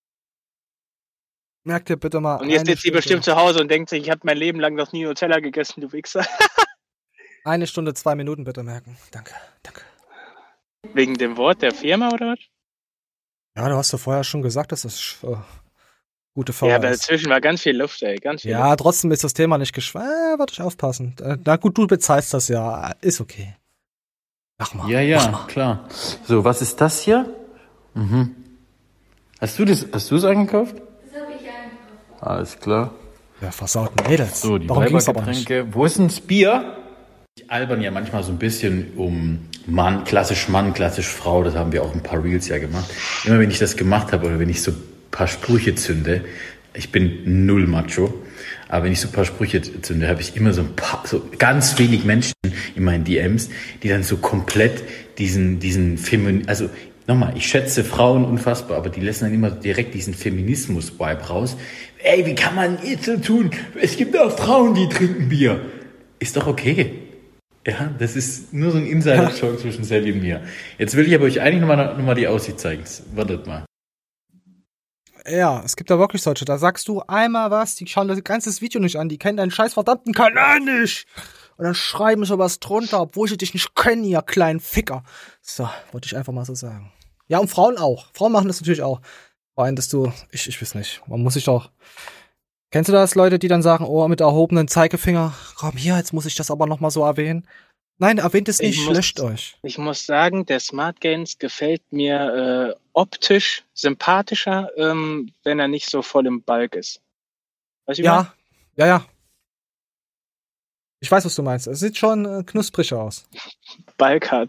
Merk dir bitte mal. Und jetzt sitzt sie bestimmt zu Hause und denkt sich, ich habe mein Leben lang noch nie Nutella gegessen, du Wichser. 1 Stunde 2 Minuten bitte merken. Danke. Wegen dem Wort der Firma oder was? Ja, du hast ja vorher schon gesagt, dass das gute Firma ist. Ja, aber dazwischen war ganz viel Luft, ey. Ganz viel Luft. Trotzdem ist das Thema nicht warte ich aufpassen. Na gut, du bezahlst das ja. Ist okay. Mach mal. Ja, klar. So, was ist das hier? Mhm. Hast du es eingekauft? Das habe ich eingekauft. Alles klar. Ja, versauten Mädels. So, die Weibergetränke. Wo ist denn das Bier? Ich albern ja manchmal so ein bisschen um Mann, klassisch Frau. Das haben wir auch ein paar Reels ja gemacht. Immer wenn ich das gemacht habe oder wenn ich so ein paar Sprüche zünde, ich bin null Macho, aber wenn ich so ein paar Sprüche zünde, habe ich immer so ganz wenig Menschen in meinen DMs, die dann so komplett diesen also nochmal, ich schätze Frauen unfassbar, aber die lassen dann immer direkt diesen Feminismus-Vibe raus. Ey, wie kann man jetzt so tun? Es gibt auch Frauen, die trinken Bier. Ist doch okay. Ja, das ist nur so ein Insider-Joke zwischen Sally und mir. Jetzt will ich aber euch eigentlich nochmal die Aussicht zeigen. Wartet mal. Ja, es gibt da wirklich solche. Da sagst du einmal was, die schauen das ganze Video nicht an, die kennen deinen scheiß verdammten Kanal nicht. Und dann schreiben sie was drunter, obwohl sie dich nicht kennen, ihr kleinen Ficker. So, wollte ich einfach mal so sagen. Ja, und Frauen auch. Frauen machen das natürlich auch. Vor allem, dass ich weiß nicht, man muss sich doch... Kennst du das, Leute, die dann sagen, oh, mit erhobenen Zeigefinger, komm hier, jetzt muss ich das aber nochmal so erwähnen. Nein, erwähnt es nicht, löscht euch. Ich muss sagen, der Smart Gains gefällt mir optisch sympathischer, wenn er nicht so voll im Balk ist. Weißt du, Ja. Ich weiß, was du meinst. Es sieht schon knusprig aus. Balkart.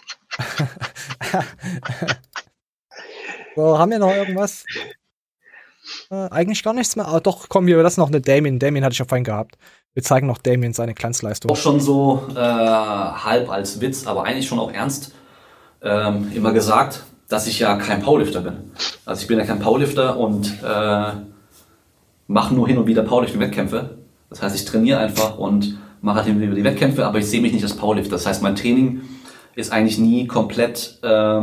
So, haben wir noch irgendwas? Eigentlich gar nichts mehr. Aber doch, komm, wir lassen noch eine Damien. Damien hatte ich ja vorhin gehabt. Wir zeigen noch Damien seine Glanzleistung. Auch schon so halb als Witz, aber eigentlich schon auch ernst immer gesagt, dass ich ja kein Powerlifter bin. Also ich bin ja kein Powerlifter und mache nur hin und wieder Powerlifting-Wettkämpfe. Das heißt, ich trainiere einfach und mache halt hin und wieder die Wettkämpfe, aber ich sehe mich nicht als Powerlifter. Das heißt, mein Training ist eigentlich nie komplett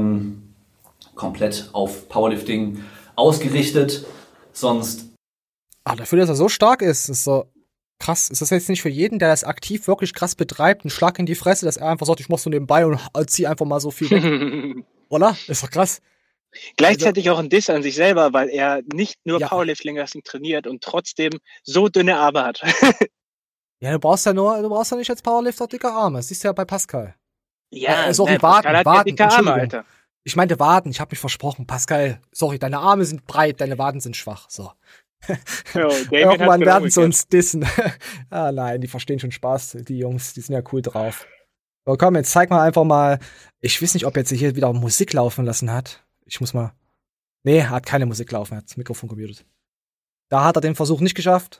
auf Powerlifting ausgerichtet, sonst... Dafür, dass er so stark ist so krass. Ist das jetzt nicht für jeden, der das aktiv wirklich krass betreibt, ein Schlag in die Fresse, dass er einfach sagt, ich mach so nebenbei und zieh einfach mal so viel weg? Oder? Ist doch krass. Gleichzeitig auch ein Diss an sich selber, weil er nicht nur Powerlifting trainiert und trotzdem so dünne Arme hat. Ja, du brauchst ja nicht als Powerlifter dicke Arme. Das siehst du ja bei Pascal. Ja, sorry, Pascal hat ja dicke Arme, Alter. Ich meinte Waden, ich habe mich versprochen. Pascal, sorry, deine Arme sind breit, deine Waden sind schwach. So. Irgendwann werden sie uns dissen. Nein, die verstehen schon Spaß, die Jungs, die sind ja cool drauf. So, komm, jetzt zeig mal einfach mal. Ich weiß nicht, ob jetzt hier wieder Musik laufen lassen hat. Ich muss mal. Nee, er hat keine Musik laufen, er hat das Mikrofon gemutet. Da hat er den Versuch nicht geschafft.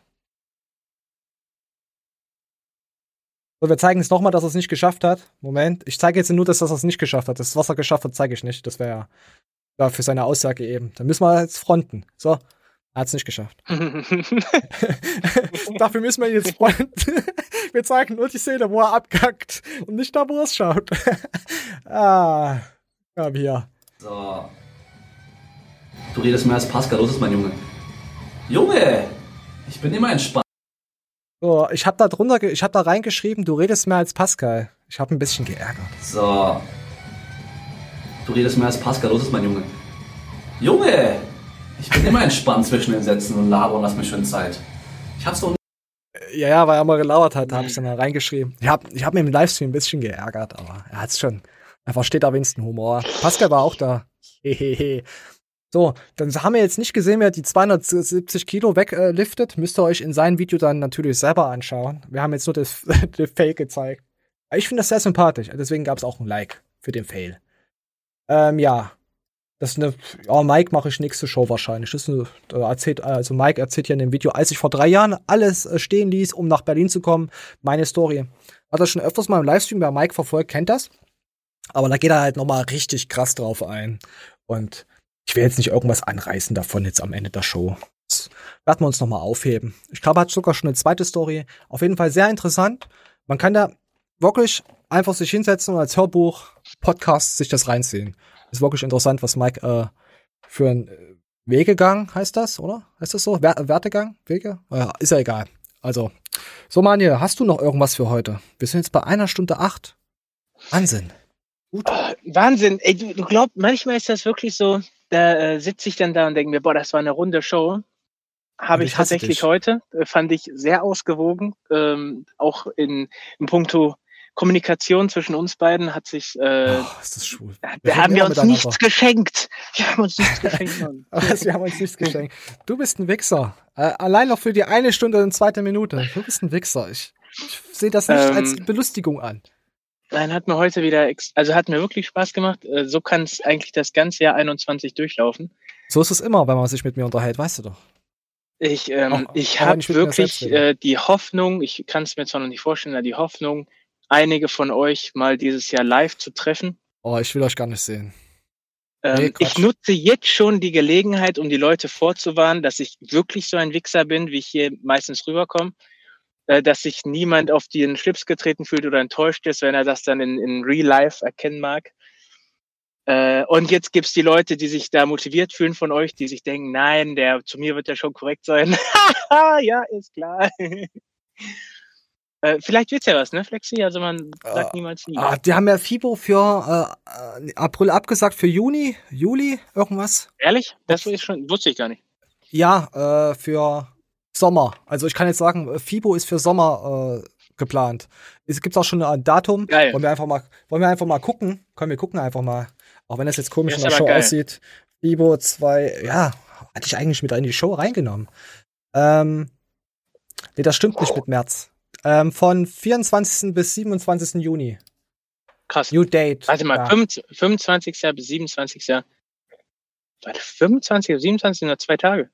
So, wir zeigen es nochmal, dass er es nicht geschafft hat. Moment, ich zeige jetzt nur, dass er es nicht geschafft hat. Das, was er geschafft hat, zeige ich nicht. Das wäre ja für seine Aussage eben. Da müssen wir jetzt fronten. So, er hat es nicht geschafft. Dafür müssen wir ihn jetzt fronten. Wir zeigen nur die Szene, wo er abkackt und nicht da, wo er es schaut. Komm hier. So. Du redest mehr als Pascal, los ist mein Junge. Junge! Ich bin immer entspannt. So, ich hab da reingeschrieben, du redest mehr als Pascal. Ich hab ein bisschen geärgert. So. Du redest mehr als Pascal, los ist mein Junge. Junge! Ich bin immer entspannt zwischen den Sätzen und laber und lass mir schön Zeit. Ich hab's doch. Ja, weil er mal gelauert hat, habe ich dann da reingeschrieben. Ich hab mir im Livestream ein bisschen geärgert, aber er hat's schon. Er versteht da wenigstens Humor. Pascal war auch da. Hehehe. So, dann haben wir jetzt nicht gesehen, wer die 270 Kilo wegliftet. Müsst ihr euch in seinem Video dann natürlich selber anschauen. Wir haben jetzt nur das Fail gezeigt. Ich finde das sehr sympathisch. Deswegen gab es auch ein Like für den Fail. Ja. Das ist Mike mache ich nächste Show wahrscheinlich. Mike erzählt hier in dem Video, als ich vor 3 Jahren alles stehen ließ, um nach Berlin zu kommen, meine Story. Hat er schon öfters mal im Livestream bei Mike verfolgt, kennt das. Aber da geht er halt nochmal richtig krass drauf ein. Und ich will jetzt nicht irgendwas anreißen davon jetzt am Ende der Show. Das werden wir uns nochmal aufheben. Ich glaube, er hat sogar schon eine zweite Story. Auf jeden Fall sehr interessant. Man kann da wirklich einfach sich hinsetzen und als Hörbuch, Podcast sich das reinziehen. Ist wirklich interessant, was Mike für einen Wegegang heißt das, oder? Heißt das so? Wertegang? Wege? Ist ja egal. Also, so Manuel, hast du noch irgendwas für heute? Wir sind jetzt bei 1 Stunde 8. Wahnsinn. Gut. Wahnsinn. Ey, du glaubst, manchmal ist das wirklich so, da sitze ich dann da und denke mir, boah, das war eine runde Show. Habe ich tatsächlich heute. Fand ich sehr ausgewogen. Auch in puncto Kommunikation zwischen uns beiden hat sich ist das schwul. Da haben wir uns nichts geschenkt. Wir haben uns nichts geschenkt. Wir haben uns nichts geschenkt. Du bist ein Wichser. Allein noch für die 1 Stunde und 2. Minute. Du bist ein Wichser. Ich sehe das nicht als Belustigung an. Nein, hat mir heute wieder, hat mir wirklich Spaß gemacht. So kann es eigentlich das ganze Jahr 21 durchlaufen. So ist es immer, wenn man sich mit mir unterhält, weißt du doch. Ich habe wirklich die Hoffnung, ich kann es mir zwar noch nicht vorstellen, aber die Hoffnung, einige von euch mal dieses Jahr live zu treffen. Oh, ich will euch gar nicht sehen. Ich nutze jetzt schon die Gelegenheit, um die Leute vorzuwarnen, dass ich wirklich so ein Wichser bin, wie ich hier meistens rüberkomme. Dass sich niemand auf den Schlips getreten fühlt oder enttäuscht ist, wenn er das dann in Real Life erkennen mag. Und jetzt gibt's die Leute, die sich da motiviert fühlen von euch, die sich denken, nein, zu mir wird der schon korrekt sein. Ja, ist klar. Vielleicht wird's ja was, ne, Flexi? Also man sagt niemals nie. Die haben ja FIBO für April abgesagt, für Juni, Juli, irgendwas. Ehrlich? Das wusste ich gar nicht. Ja, für Sommer. Also ich kann jetzt sagen, FIBO ist für Sommer geplant. Es gibt auch schon ein Datum. Geil. Wollen wir einfach mal gucken? Können wir gucken einfach mal. Auch wenn das jetzt komisch in der Show aussieht. FIBO 2, ja, hatte ich eigentlich mit in die Show reingenommen. Nee, das stimmt nicht mit März. Von 24. bis 27. Juni. Krass. New Date. Warte mal, 25. bis 27. Warte, 25 oder 27 sind nur 2 Tage.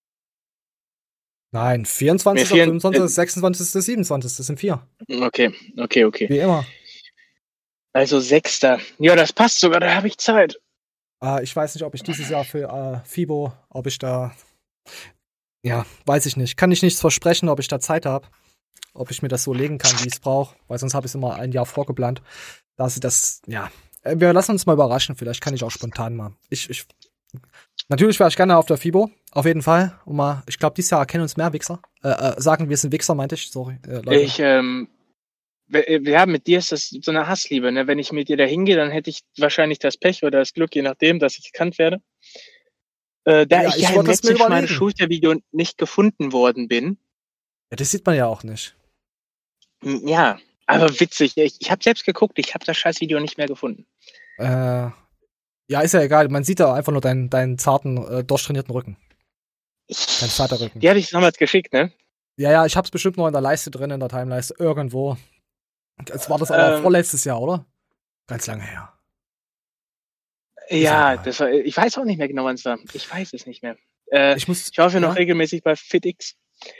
Nein, 24., 25., 26., 27. Das sind 4. Okay. Wie immer. Also 6. Ja, das passt sogar, da habe ich Zeit. Ich weiß nicht, ob ich dieses Jahr für FIBO, ob ich da Ja, weiß ich nicht. Kann ich nichts versprechen, ob ich da Zeit habe. Ob ich mir das so legen kann, wie ich es brauche. Weil sonst habe ich es immer ein Jahr vorgeplant. Wir lassen uns mal überraschen. Vielleicht kann ich auch spontan mal. Natürlich wäre ich gerne auf der FIBO. Auf jeden Fall. Und mal, ich glaube, dieses Jahr erkennen uns mehr Wichser. Sagen wir sind Wichser, meinte ich. Sorry, Leute. Mit dir ist das so eine Hassliebe, ne? Wenn ich mit dir da hingehe, dann hätte ich wahrscheinlich das Pech oder das Glück, je nachdem, dass ich erkannt werde. Ich im letzten Schmale Schultervideo nicht gefunden worden bin. Ja, das sieht man ja auch nicht. Ja, aber witzig. Ich habe selbst geguckt, ich habe das scheiß Video nicht mehr gefunden. Ja, ist ja egal. Man sieht da einfach nur deinen zarten, durchtrainierten Rücken. Dein Vaterrücken. Die hatte ich damals geschickt, ne? Ja, ich hab's bestimmt noch in der Leiste drin, in der Timeleiste, irgendwo. Jetzt war das aber vorletztes Jahr, oder? Ganz lange her. Ja, ich weiß auch nicht mehr genau, wann es war. Ich weiß es nicht mehr. Ich hoffe noch regelmäßig bei FitX.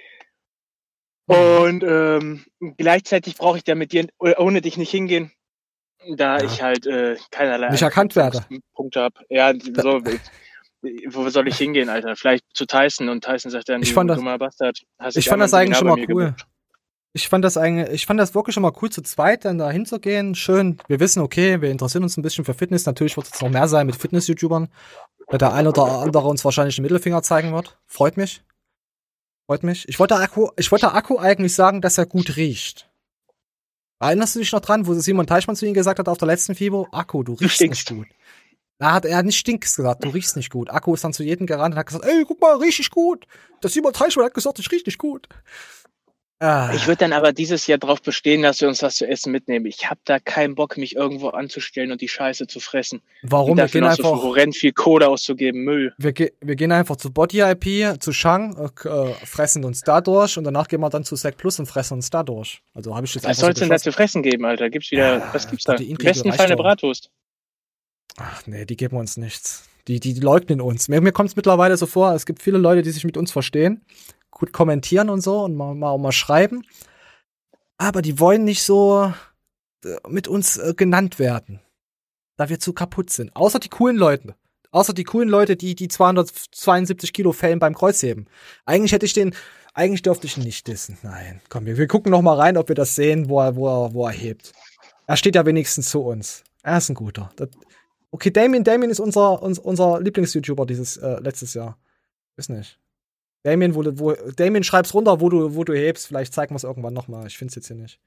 Und gleichzeitig brauche ich da mit dir ohne dich nicht hingehen, da ich halt keinerlei nicht erkannt werde. Punkte habe. Ja, so. Wo soll ich hingehen, Alter? Vielleicht zu Tyson und Tyson sagt dann, dummer Bastard. Ich fand das eigentlich schon mal cool. Ich fand das wirklich schon mal cool, zu zweit dann da hinzugehen. Schön, wir wissen, okay, wir interessieren uns ein bisschen für Fitness. Natürlich wird es noch mehr sein mit Fitness-YouTubern, weil der ein oder andere uns wahrscheinlich den Mittelfinger zeigen wird. Freut mich. Ich wollte Akku eigentlich sagen, dass er gut riecht. Erinnerst du dich noch dran, wo Simon Teichmann zu ihm gesagt hat auf der letzten FIBO? Akku, du riechst nicht gut. Er hat nicht stinkst gesagt, du riechst nicht gut. Akku ist dann zu jedem gerannt und hat gesagt, ey, guck mal, riech ich gut. Der Simon Teichmann hat gesagt, ich riech nicht gut. Ich würde dann aber dieses Jahr drauf bestehen, dass wir uns was zu essen mitnehmen. Ich habe da keinen Bock, mich irgendwo anzustellen und die Scheiße zu fressen. Warum? Wir gehen einfach so horrend viel Kohle auszugeben, Müll. Wir gehen einfach zu Body IP, zu Shang, fressen uns da durch und danach gehen wir dann zu Sec Plus und fressen uns da durch. Also habe ich jetzt was soll es denn da zu fressen geben, Alter? Was gibt's da? Am besten Fall eine Bratwurst. Ach nee, die geben uns nichts. Die leugnen uns. Mir kommt es mittlerweile so vor, es gibt viele Leute, die sich mit uns verstehen, gut kommentieren und so und mal schreiben. Aber die wollen nicht so mit uns genannt werden, da wir zu kaputt sind. Außer die coolen Leute, die 272 Kilo Fällen beim Kreuzheben. Eigentlich dürfte ich ihn nicht dissen. Nein, komm, wir gucken noch mal rein, ob wir das sehen, wo er hebt. Er steht ja wenigstens zu uns. Er ist ein guter. Okay, Damien ist unser Lieblings-YouTuber dieses letztes Jahr. Ist nicht. Damien, schreib's runter, wo du hebst. Vielleicht zeigen wir es irgendwann nochmal. Ich find's jetzt hier nicht.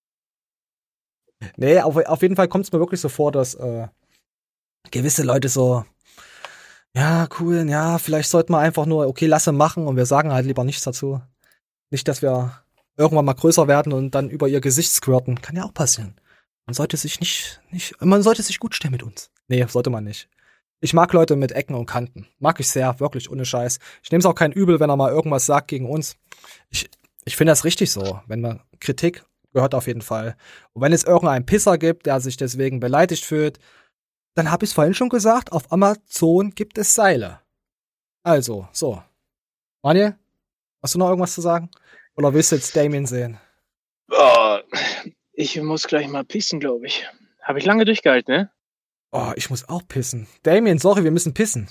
Nee, auf jeden Fall kommt es mir wirklich so vor, dass gewisse Leute so, ja, cool, ja, vielleicht sollten wir einfach nur, okay, lasse machen und wir sagen halt lieber nichts dazu. Nicht, dass wir irgendwann mal größer werden und dann über ihr Gesicht squirten. Kann ja auch passieren. Man sollte sich gut stellen mit uns. Nee, sollte man nicht. Ich mag Leute mit Ecken und Kanten. Mag ich sehr, wirklich, ohne Scheiß. Ich nehme es auch kein Übel, wenn er mal irgendwas sagt gegen uns. Ich finde das richtig so. Wenn man Kritik gehört auf jeden Fall. Und wenn es irgendeinen Pisser gibt, der sich deswegen beleidigt fühlt, dann habe ich es vorhin schon gesagt, auf Amazon gibt es Seile. Also, so. Manuel, hast du noch irgendwas zu sagen? Oder willst du jetzt Damien sehen? Oh, ich muss gleich mal pissen, glaube ich. Habe ich lange durchgehalten, ne? Oh, ich muss auch pissen. Damien, sorry, wir müssen pissen.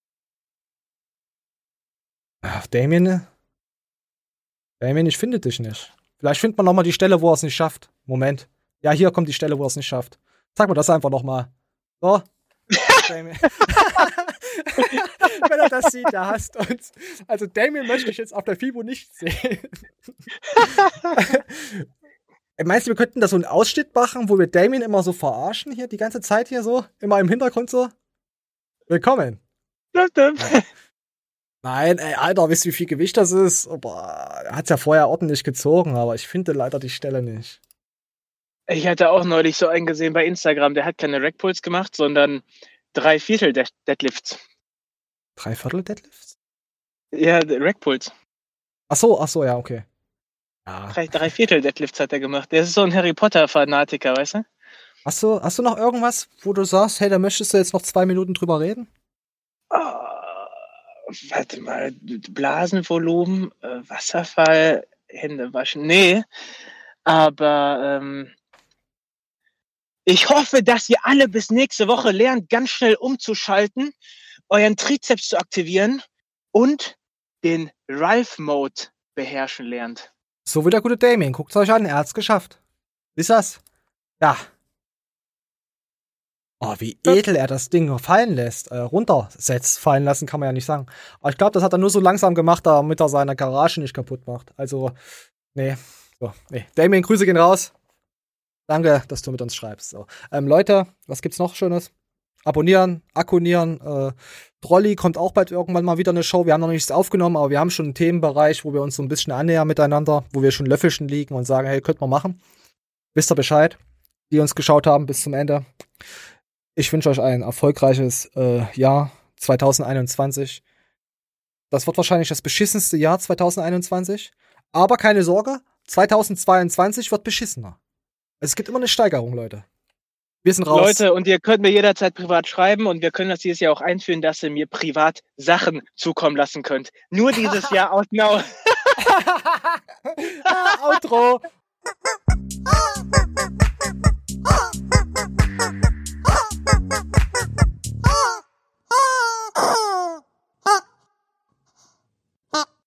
Ach, Damien, ich finde dich nicht. Vielleicht findet man noch mal die Stelle, wo er es nicht schafft. Moment. Ja, hier kommt die Stelle, wo er es nicht schafft. Sag mal das einfach noch mal. So. Damien. Wenn er das sieht, der hasst uns. Also Damien möchte ich jetzt auf der FIBO nicht sehen. Meinst du, wir könnten da so einen Ausschnitt machen, wo wir Damien immer so verarschen hier, die ganze Zeit hier so, immer im Hintergrund so? Willkommen. Nein, ey, Alter, wisst ihr, wie viel Gewicht das ist? Boah, er hat's ja vorher ordentlich gezogen, aber ich finde leider die Stelle nicht. Ich hatte auch neulich so einen gesehen bei Instagram, der hat keine Rackpulls gemacht, sondern 3/4 Deadlifts. 3/4 Deadlifts? Ja, Rackpulls. Ach so, ja, okay. Ja. 3/4 Deadlifts hat er gemacht. Der ist so ein Harry Potter-Fanatiker, weißt du? Hast du noch irgendwas, wo du sagst, hey, da möchtest du jetzt noch 2 Minuten drüber reden? Warte mal, Blasenvolumen, Wasserfall, Hände waschen. Nee, aber ich hoffe, dass ihr alle bis nächste Woche lernt, ganz schnell umzuschalten, euren Trizeps zu aktivieren und den Ralph-Mode beherrschen lernt. So wie der gute Damien. Guckt's euch an, er hat's geschafft. Ist das? Ja. Oh, wie edel er das Ding fallen lässt. Runtersetzt. Fallen lassen kann man ja nicht sagen. Aber ich glaube, das hat er nur so langsam gemacht, damit er seine Garage nicht kaputt macht. Also, nee. So, nee. Damien, Grüße gehen raus. Danke, dass du mit uns schreibst. So. Leute, was gibt's noch Schönes? Abonnieren, akkunieren. Trolli kommt auch bald irgendwann mal wieder eine Show. Wir haben noch nichts aufgenommen, aber wir haben schon einen Themenbereich, wo wir uns so ein bisschen annähern miteinander, wo wir schon Löffelchen liegen und sagen, hey, könnt wir machen. Wisst ihr Bescheid, die uns geschaut haben bis zum Ende. Ich wünsche euch ein erfolgreiches Jahr 2021. Das wird wahrscheinlich das beschissenste Jahr 2021. Aber keine Sorge, 2022 wird beschissener. Es gibt immer eine Steigerung, Leute. Wir sind raus. Leute, und ihr könnt mir jederzeit privat schreiben und wir können das dieses Jahr auch einführen, dass ihr mir privat Sachen zukommen lassen könnt. Nur dieses Jahr out now. Outro.